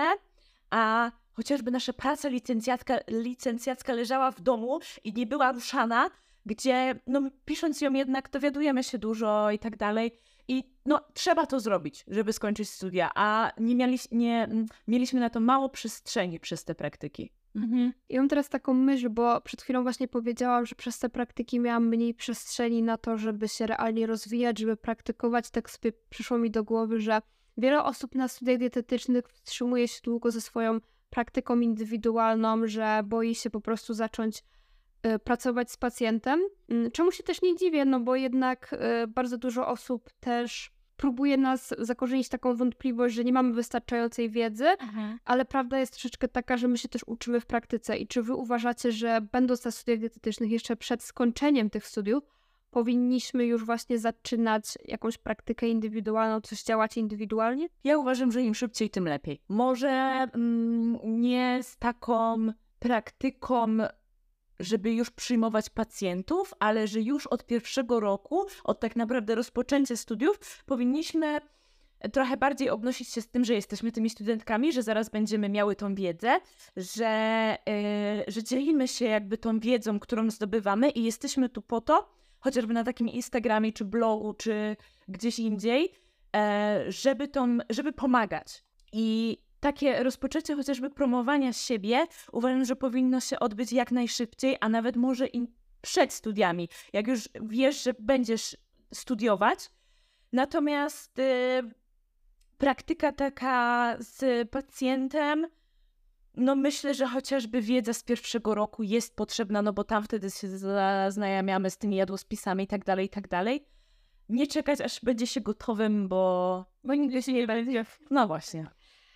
a chociażby nasza praca licencjacka, licencjacka leżała w domu i nie była ruszana, gdzie no, pisząc ją jednak dowiadujemy się dużo i tak dalej. I no, trzeba to zrobić, żeby skończyć studia, a nie, mieli, nie mieliśmy na to mało przestrzeni przez te praktyki. Mhm. Ja mam teraz taką myśl, bo przed chwilą właśnie powiedziałam, że przez te praktyki miałam mniej przestrzeni na to, żeby się realnie rozwijać, żeby praktykować. Tak sobie przyszło mi do głowy, że wiele osób na studiach dietetycznych wstrzymuje się długo ze swoją praktyką indywidualną, że boi się po prostu zacząć y, pracować z pacjentem. Y, czemu się też nie dziwię, no bo jednak y, bardzo dużo osób też próbuje nas zakorzenić taką wątpliwość, że nie mamy wystarczającej wiedzy, Mhm. ale prawda jest troszeczkę taka, że my się też uczymy w praktyce. I czy wy uważacie, że będąc na studiach dietetycznych jeszcze przed skończeniem tych studiów, powinniśmy już właśnie zaczynać jakąś praktykę indywidualną, coś działać indywidualnie? Ja uważam, że im szybciej, tym lepiej. Może mm, nie z taką praktyką, żeby już przyjmować pacjentów, ale że już od pierwszego roku, od tak naprawdę rozpoczęcia studiów, powinniśmy trochę bardziej obnosić się z tym, że jesteśmy tymi studentkami, że zaraz będziemy miały tą wiedzę, że, yy, że dzielimy się jakby tą wiedzą, którą zdobywamy i jesteśmy tu po to, chociażby na takim Instagramie, czy blogu, czy gdzieś indziej, yy, żeby, tą, żeby pomagać. I takie rozpoczęcie chociażby promowania siebie uważam, że powinno się odbyć jak najszybciej, a nawet może i przed studiami, jak już wiesz, że będziesz studiować. Natomiast y, praktyka taka z pacjentem, no myślę, że chociażby wiedza z pierwszego roku jest potrzebna, no bo tam wtedy się zaznajamiamy z tymi jadłospisami i tak dalej, i tak dalej. Nie czekać, aż będzie się gotowym, bo, bo nigdy się nie będzie. No właśnie.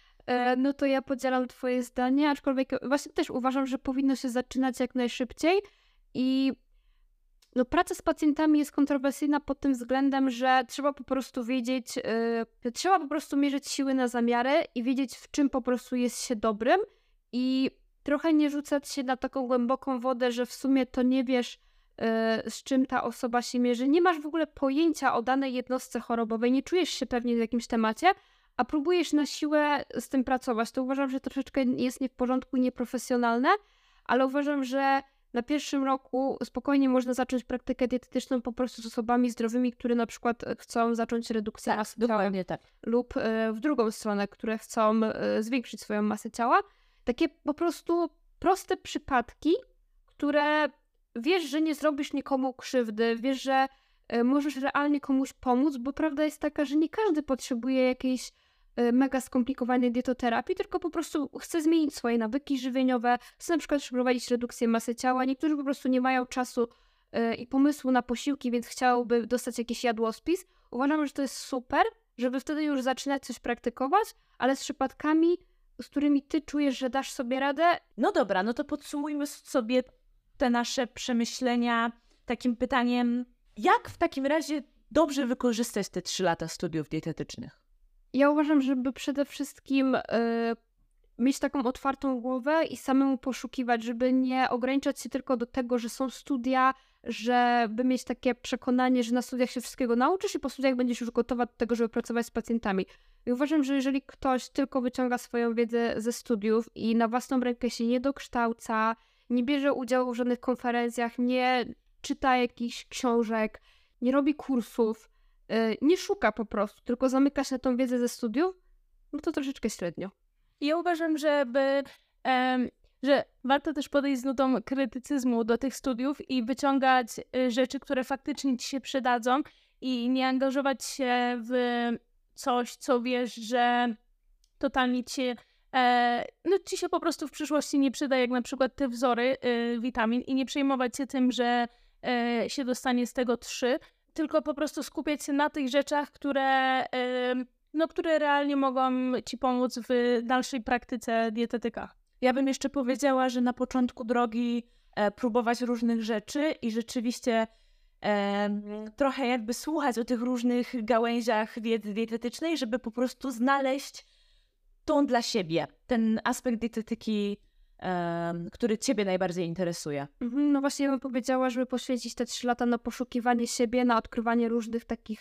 No to ja podzielam twoje zdanie, aczkolwiek właśnie też uważam, że powinno się zaczynać jak najszybciej i no, praca z pacjentami jest kontrowersyjna pod tym względem, że trzeba po prostu wiedzieć, yy, trzeba po prostu mierzyć siły na zamiary i wiedzieć, w czym po prostu jest się dobrym i trochę nie rzucać się na taką głęboką wodę, że w sumie to nie wiesz, yy, z czym ta osoba się mierzy. Nie masz w ogóle pojęcia o danej jednostce chorobowej, nie czujesz się pewnie w jakimś temacie, a próbujesz na siłę z tym pracować. To uważam, że troszeczkę jest nie w porządku, nieprofesjonalne, ale uważam, że na pierwszym roku spokojnie można zacząć praktykę dietetyczną po prostu z osobami zdrowymi, które na przykład chcą zacząć redukcję masy ciała. Dokładnie tak. Lub y, w drugą stronę, które chcą y, zwiększyć swoją masę ciała. Takie po prostu proste przypadki, które wiesz, że nie zrobisz nikomu krzywdy, wiesz, że y, możesz realnie komuś pomóc, bo prawda jest taka, że nie każdy potrzebuje jakiejś mega skomplikowanej dietoterapii, tylko po prostu chce zmienić swoje nawyki żywieniowe, chce na przykład przeprowadzić redukcję masy ciała. Niektórzy po prostu nie mają czasu yy, i pomysłu na posiłki, więc chciałoby dostać jakiś jadłospis. Uważam, że to jest super, żeby wtedy już zaczynać coś praktykować, ale z przypadkami, z którymi ty czujesz, że dasz sobie radę. No dobra, no to podsumujmy sobie te nasze przemyślenia takim pytaniem, jak w takim razie dobrze wykorzystać te trzy lata studiów dietetycznych? Ja uważam, żeby przede wszystkim y, mieć taką otwartą głowę i samemu poszukiwać, żeby nie ograniczać się tylko do tego, że są studia, żeby mieć takie przekonanie, że na studiach się wszystkiego nauczysz i po studiach będziesz już gotowa do tego, żeby pracować z pacjentami. I uważam, że jeżeli ktoś tylko wyciąga swoją wiedzę ze studiów i na własną rękę się nie dokształca, nie bierze udziału w żadnych konferencjach, nie czyta jakichś książek, nie robi kursów, nie szuka po prostu, tylko zamyka się na tą wiedzę ze studiów, no to troszeczkę średnio. Ja uważam, żeby, um, że warto też podejść z nutą krytycyzmu do tych studiów i wyciągać y, rzeczy, które faktycznie ci się przydadzą i nie angażować się w coś, co wiesz, że totalnie ci, e, no, ci się po prostu w przyszłości nie przyda, jak na przykład te wzory y, witamin i nie przejmować się tym, że e, się dostanie z tego trzy, tylko po prostu skupiać się na tych rzeczach, które, no, które realnie mogą ci pomóc w dalszej praktyce dietetyka. Ja bym jeszcze powiedziała, że na początku drogi e, próbować różnych rzeczy i rzeczywiście e, trochę jakby słuchać o tych różnych gałęziach wiedzy dietetycznej, żeby po prostu znaleźć tą dla siebie, ten aspekt dietetyki, Um, który ciebie najbardziej interesuje. No właśnie ja bym powiedziała, żeby poświęcić te trzy lata na poszukiwanie siebie, na odkrywanie różnych takich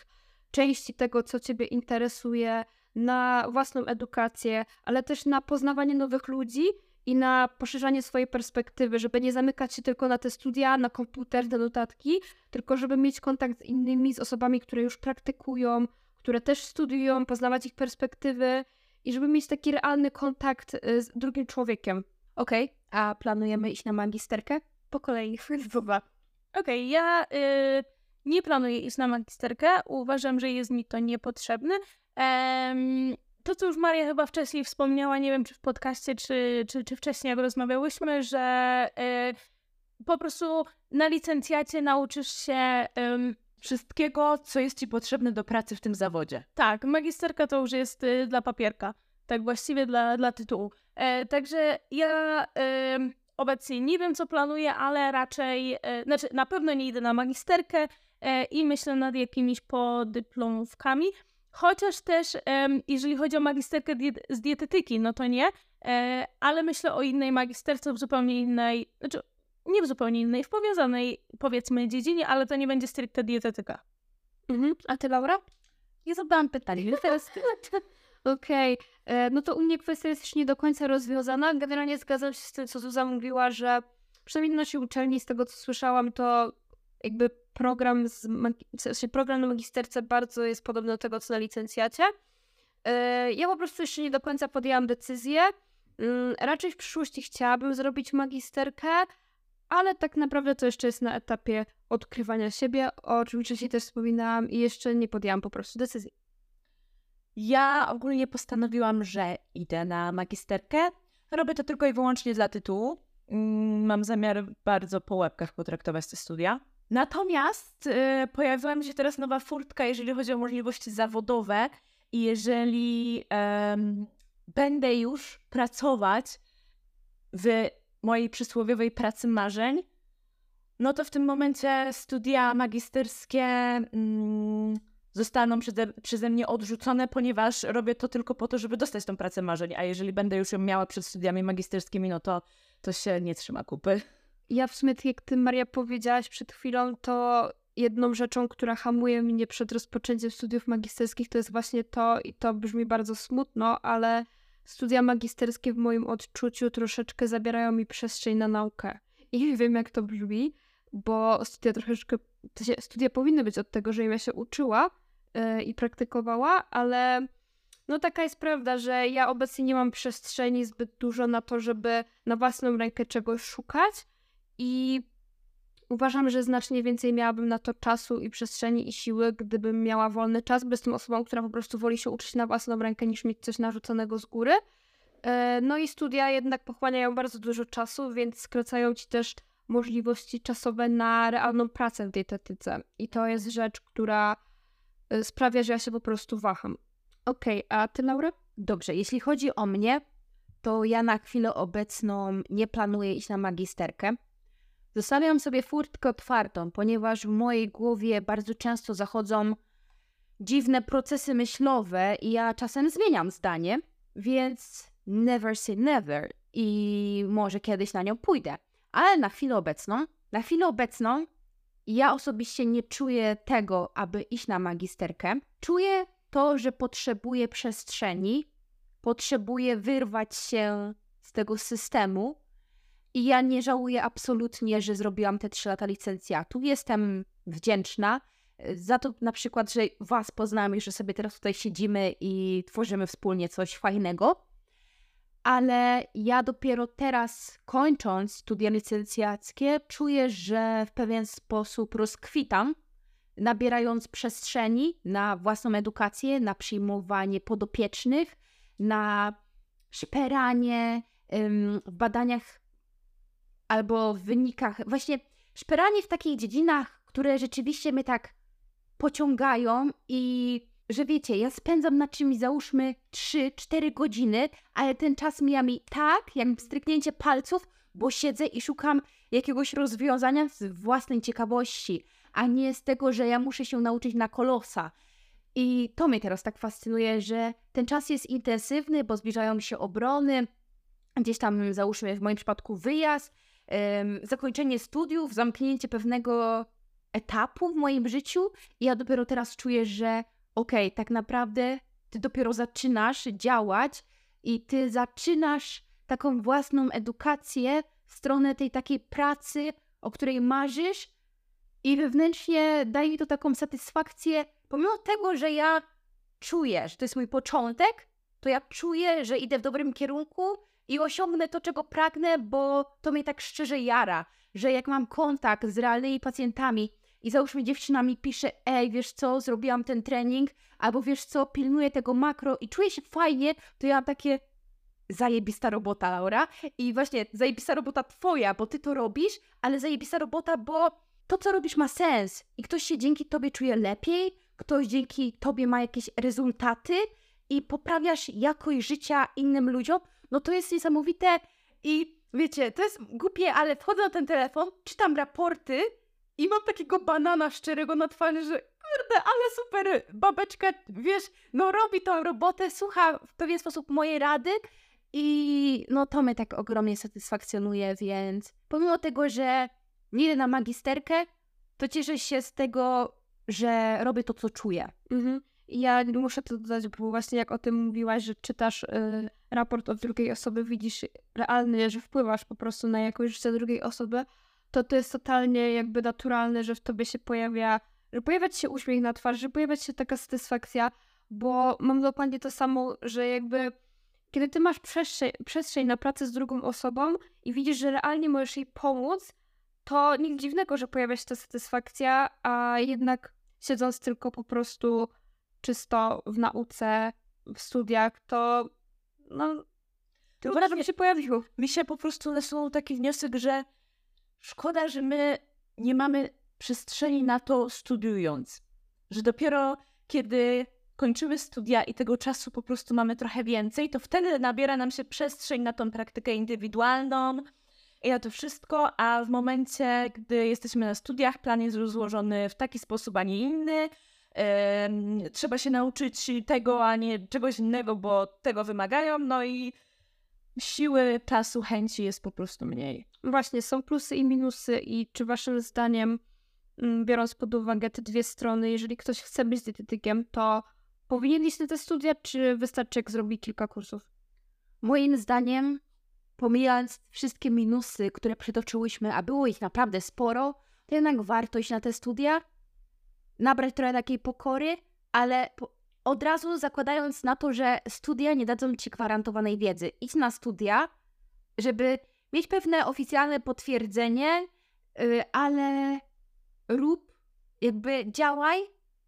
części tego, co ciebie interesuje, na własną edukację, ale też na poznawanie nowych ludzi i na poszerzanie swojej perspektywy, żeby nie zamykać się tylko na te studia, na komputer, na notatki, tylko żeby mieć kontakt z innymi, z osobami, które już praktykują, które też studiują, poznawać ich perspektywy i żeby mieć taki realny kontakt z drugim człowiekiem. Okej, okay. A planujemy iść na magisterkę? Po kolei. Okej, okay, ja y, nie planuję iść na magisterkę. Uważam, że jest mi to niepotrzebne. Um, to, co już Maria chyba wcześniej wspomniała, nie wiem, czy w podcaście, czy, czy, czy wcześniej, jak rozmawiałyśmy, że y, po prostu na licencjacie nauczysz się um, wszystkiego, co jest ci potrzebne do pracy w tym zawodzie. Tak, magisterka to już jest y, dla papierka. Tak właściwie dla, dla tytułu. E, także ja e, obecnie nie wiem, co planuję, ale raczej, e, znaczy na pewno nie idę na magisterkę e, i myślę nad jakimiś podyplomówkami. Chociaż też, e, jeżeli chodzi o magisterkę diet- z dietetyki, no to nie, e, ale myślę o innej magisterce w zupełnie innej, znaczy nie w zupełnie innej, w powiązanej, powiedzmy, dziedzinie, ale to nie będzie stricte dietetyka. Mhm. A ty, Laura? Ja zadałam pytanie, teraz Okej, okay. No to u mnie kwestia jest jeszcze nie do końca rozwiązana. Generalnie zgadzam się z tym, co Zuza mówiła, że przynajmniej na naszej uczelni, z tego co słyszałam, to jakby program, z magi- w sensie program na magisterce bardzo jest podobny do tego, co na licencjacie. Ja po prostu jeszcze nie do końca podjęłam decyzję. Raczej w przyszłości chciałabym zrobić magisterkę, ale tak naprawdę to jeszcze jest na etapie odkrywania siebie, o czym wcześniej też wspominałam i jeszcze nie podjęłam po prostu decyzji. Ja ogólnie postanowiłam, że idę na magisterkę. Robię to tylko i wyłącznie dla tytułu. Mam zamiar bardzo po łebkach potraktować te studia. Natomiast yy, pojawiła mi się teraz nowa furtka, jeżeli chodzi o możliwości zawodowe i jeżeli yy, będę już pracować w mojej przysłowiowej pracy marzeń, no to w tym momencie studia magisterskie mm, zostaną przeze, przeze mnie odrzucone, ponieważ robię to tylko po to, żeby dostać tą pracę marzeń, a jeżeli będę już ją miała przed studiami magisterskimi, no to, to się nie trzyma kupy. Ja w sumie, tak jak ty, Maria, powiedziałaś przed chwilą, to jedną rzeczą, która hamuje mnie przed rozpoczęciem studiów magisterskich, to jest właśnie to, i to brzmi bardzo smutno, ale studia magisterskie w moim odczuciu troszeczkę zabierają mi przestrzeń na naukę. I nie wiem, jak to brzmi, bo studia troszeczkę, to się, studia powinny być od tego, żebym ja się uczyła yy, i praktykowała, ale no taka jest prawda, że ja obecnie nie mam przestrzeni zbyt dużo na to, żeby na własną rękę czegoś szukać i uważam, że znacznie więcej miałabym na to czasu i przestrzeni i siły, gdybym miała wolny czas, bo jestem osobą, która po prostu woli się uczyć na własną rękę niż mieć coś narzuconego z góry. No i studia jednak pochłaniają bardzo dużo czasu, więc skracają ci też możliwości czasowe na realną pracę w dietetyce. I to jest rzecz, która sprawia, że ja się po prostu waham. Okej, okay, a ty, Laura? Dobrze, jeśli chodzi o mnie, to ja na chwilę obecną nie planuję iść na magisterkę. Zostawiam sobie furtkę otwartą, ponieważ w mojej głowie bardzo często zachodzą dziwne procesy myślowe i ja czasem zmieniam zdanie, więc never say never i może kiedyś na nią pójdę. Ale na chwilę obecną, na chwilę obecną ja osobiście nie czuję tego, aby iść na magisterkę. Czuję to, że potrzebuję przestrzeni, potrzebuję wyrwać się z tego systemu i ja nie żałuję absolutnie, że zrobiłam te trzy lata licencjatu. Jestem wdzięczna za to na przykład, że was poznałam i że sobie teraz tutaj siedzimy i tworzymy wspólnie coś fajnego. Ale ja dopiero teraz, kończąc studia licencjackie, czuję, że w pewien sposób rozkwitam, nabierając przestrzeni na własną edukację, na przyjmowanie podopiecznych, na szperanie ym, w badaniach albo w wynikach, właśnie szperanie w takich dziedzinach, które rzeczywiście mnie tak pociągają i że wiecie, ja spędzam na czymś załóżmy trzy cztery godziny, ale ten czas mija mi tak, jak stryknięcie palców, bo siedzę i szukam jakiegoś rozwiązania z własnej ciekawości, a nie z tego, że ja muszę się nauczyć na kolosa. I to mnie teraz tak fascynuje, że ten czas jest intensywny, bo zbliżają się obrony, gdzieś tam załóżmy w moim przypadku wyjazd, ym, zakończenie studiów, zamknięcie pewnego etapu w moim życiu i ja dopiero teraz czuję, że okej, okay, tak naprawdę ty dopiero zaczynasz działać i ty zaczynasz taką własną edukację w stronę tej takiej pracy, o której marzysz i wewnętrznie daje mi to taką satysfakcję, pomimo tego, że ja czuję, że to jest mój początek, to ja czuję, że idę w dobrym kierunku i osiągnę to, czego pragnę, bo to mnie tak szczerze jara, że jak mam kontakt z realnymi pacjentami i załóżmy dziewczyna mi pisze, ej, wiesz co, zrobiłam ten trening, albo wiesz co, pilnuję tego makro i czuję się fajnie, to ja mam takie zajebista robota, Laura. I właśnie zajebista robota twoja, bo ty to robisz, ale zajebista robota, bo to, co robisz, ma sens. I ktoś się dzięki tobie czuje lepiej, ktoś dzięki tobie ma jakieś rezultaty i poprawiasz jakość życia innym ludziom. No to jest niesamowite i wiecie, to jest głupie, ale wchodzę na ten telefon, czytam raporty i mam takiego banana szczerego na twarzy, że kurde, ale super babeczka, wiesz, no robi tą robotę, słucha w pewien sposób mojej rady i no to mnie tak ogromnie satysfakcjonuje, więc pomimo tego, że nie idę na magisterkę, to cieszę się z tego, że robię to, co czuję. Mhm. Ja muszę to dodać, bo właśnie jak o tym mówiłaś, że czytasz y, raport od drugiej osoby, widzisz realnie, że wpływasz po prostu na jakość życia drugiej osoby, to to jest totalnie jakby naturalne, że w tobie się pojawia, że pojawia ci się uśmiech na twarzy, że pojawia ci się taka satysfakcja, bo mam dokładnie to samo, że jakby kiedy ty masz przestrzeń, przestrzeń na pracę z drugą osobą i widzisz, że realnie możesz jej pomóc, to nic dziwnego, że pojawia się ta satysfakcja, a jednak siedząc tylko po prostu czysto w nauce, w studiach, to no, trudno, żeby się pojawiło. Mi się po prostu nasunął taki wniosek, że szkoda, że my nie mamy przestrzeni na to studiując. Że dopiero kiedy kończymy studia i tego czasu po prostu mamy trochę więcej, to wtedy nabiera nam się przestrzeń na tą praktykę indywidualną i na to wszystko, a w momencie, gdy jesteśmy na studiach, plan jest rozłożony w taki sposób, a nie inny. Yy, trzeba się nauczyć tego, a nie czegoś innego, bo tego wymagają, no i siły, czasu, chęci jest po prostu mniej. Właśnie, są plusy i minusy i czy waszym zdaniem, biorąc pod uwagę te dwie strony, jeżeli ktoś chce być dietetykiem, to powinien iść na te studia, czy wystarczy, jak zrobi kilka kursów? Moim zdaniem, pomijając wszystkie minusy, które przytoczyłyśmy, a było ich naprawdę sporo, to jednak warto iść na te studia, nabrać trochę takiej pokory, ale po, od razu zakładając na to, że studia nie dadzą ci gwarantowanej wiedzy. Idź na studia, żeby mieć pewne oficjalne potwierdzenie, yy, ale rób, jakby działaj.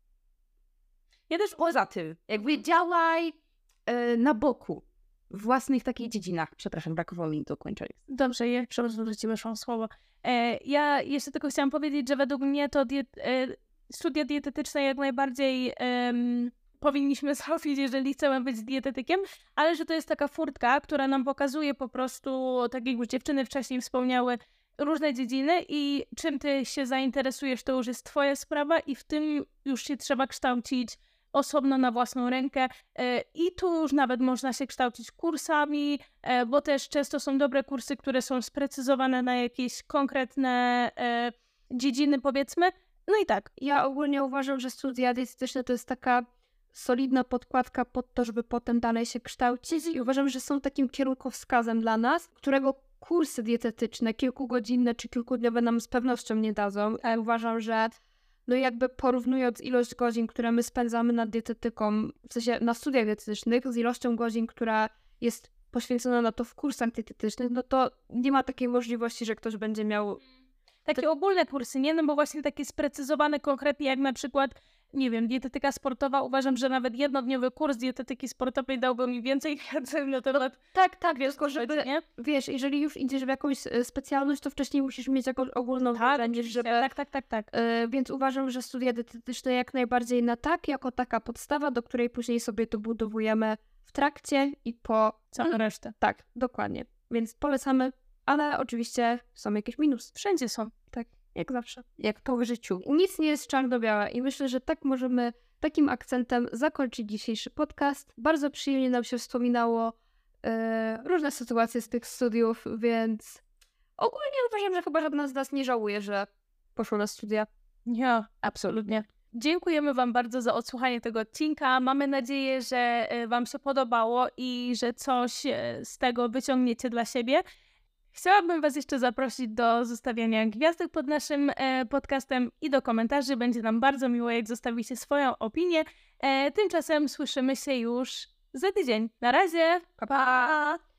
Ja też poza tym, jakby działaj yy, na boku, w własnych takich dziedzinach. Przepraszam, brakowało mi do kończenia. Dobrze, ja przepraszam, że ci weszłam słowo. E, ja jeszcze tylko chciałam powiedzieć, że według mnie to diet, e, studia dietetyczne jak najbardziej em, powinniśmy zrobić, jeżeli chcemy być dietetykiem, ale że to jest taka furtka, która nam pokazuje po prostu, tak jak już dziewczyny wcześniej wspomniały, różne dziedziny i czym ty się zainteresujesz, to już jest twoja sprawa i w tym już się trzeba kształcić osobno na własną rękę i tu już nawet można się kształcić kursami, bo też często są dobre kursy, które są sprecyzowane na jakieś konkretne dziedziny, powiedzmy. No i tak. Ja ogólnie uważam, że studia dietetyczne to jest taka solidna podkładka pod to, żeby potem dalej się kształcić i uważam, że są takim kierunkowskazem dla nas, którego kursy dietetyczne, kilkugodzinne czy kilkudniowe nam z pewnością nie dadzą. Ja uważam, że no jakby porównując ilość godzin, które my spędzamy nad dietetyką, w sensie na studiach dietetycznych, z ilością godzin, która jest poświęcona na to w kursach dietetycznych, no to nie ma takiej możliwości, że ktoś będzie miał takie to... ogólne kursy, nie? No bo właśnie takie sprecyzowane konkretnie, jak na przykład, nie wiem, dietetyka sportowa, uważam, że nawet jednodniowy kurs dietetyki sportowej dałby mi więcej wiedzy na temat. Tak, tak, wiesz, tylko żeby, nie? Wiesz, jeżeli już idziesz w jakąś specjalność, to wcześniej musisz mieć jakąś ogólną tak, wiedzę, żeby... Tak, tak, tak, tak. Yy, więc uważam, że studia dietetyczne jak najbardziej na tak, jako taka podstawa, do której później sobie to budowujemy w trakcie i po... Całą resztę. Tak, dokładnie. Więc polecamy, ale oczywiście są jakieś minusy. Wszędzie są. Tak, jak zawsze. Jak to w życiu. Nic nie jest czarno-białe i myślę, że tak możemy takim akcentem zakończyć dzisiejszy podcast. Bardzo przyjemnie nam się wspominało e, różne sytuacje z tych studiów, więc ogólnie uważam, że chyba żadna z nas nie żałuje, że poszło na studia. Nie, absolutnie. Dziękujemy Wam bardzo za odsłuchanie tego odcinka. Mamy nadzieję, że Wam się podobało i że coś z tego wyciągniecie dla siebie. Chciałabym Was jeszcze zaprosić do zostawiania gwiazdek pod naszym e, podcastem i do komentarzy. Będzie nam bardzo miło, jak zostawicie swoją opinię. E, tymczasem słyszymy się już za tydzień. Na razie! Pa, pa!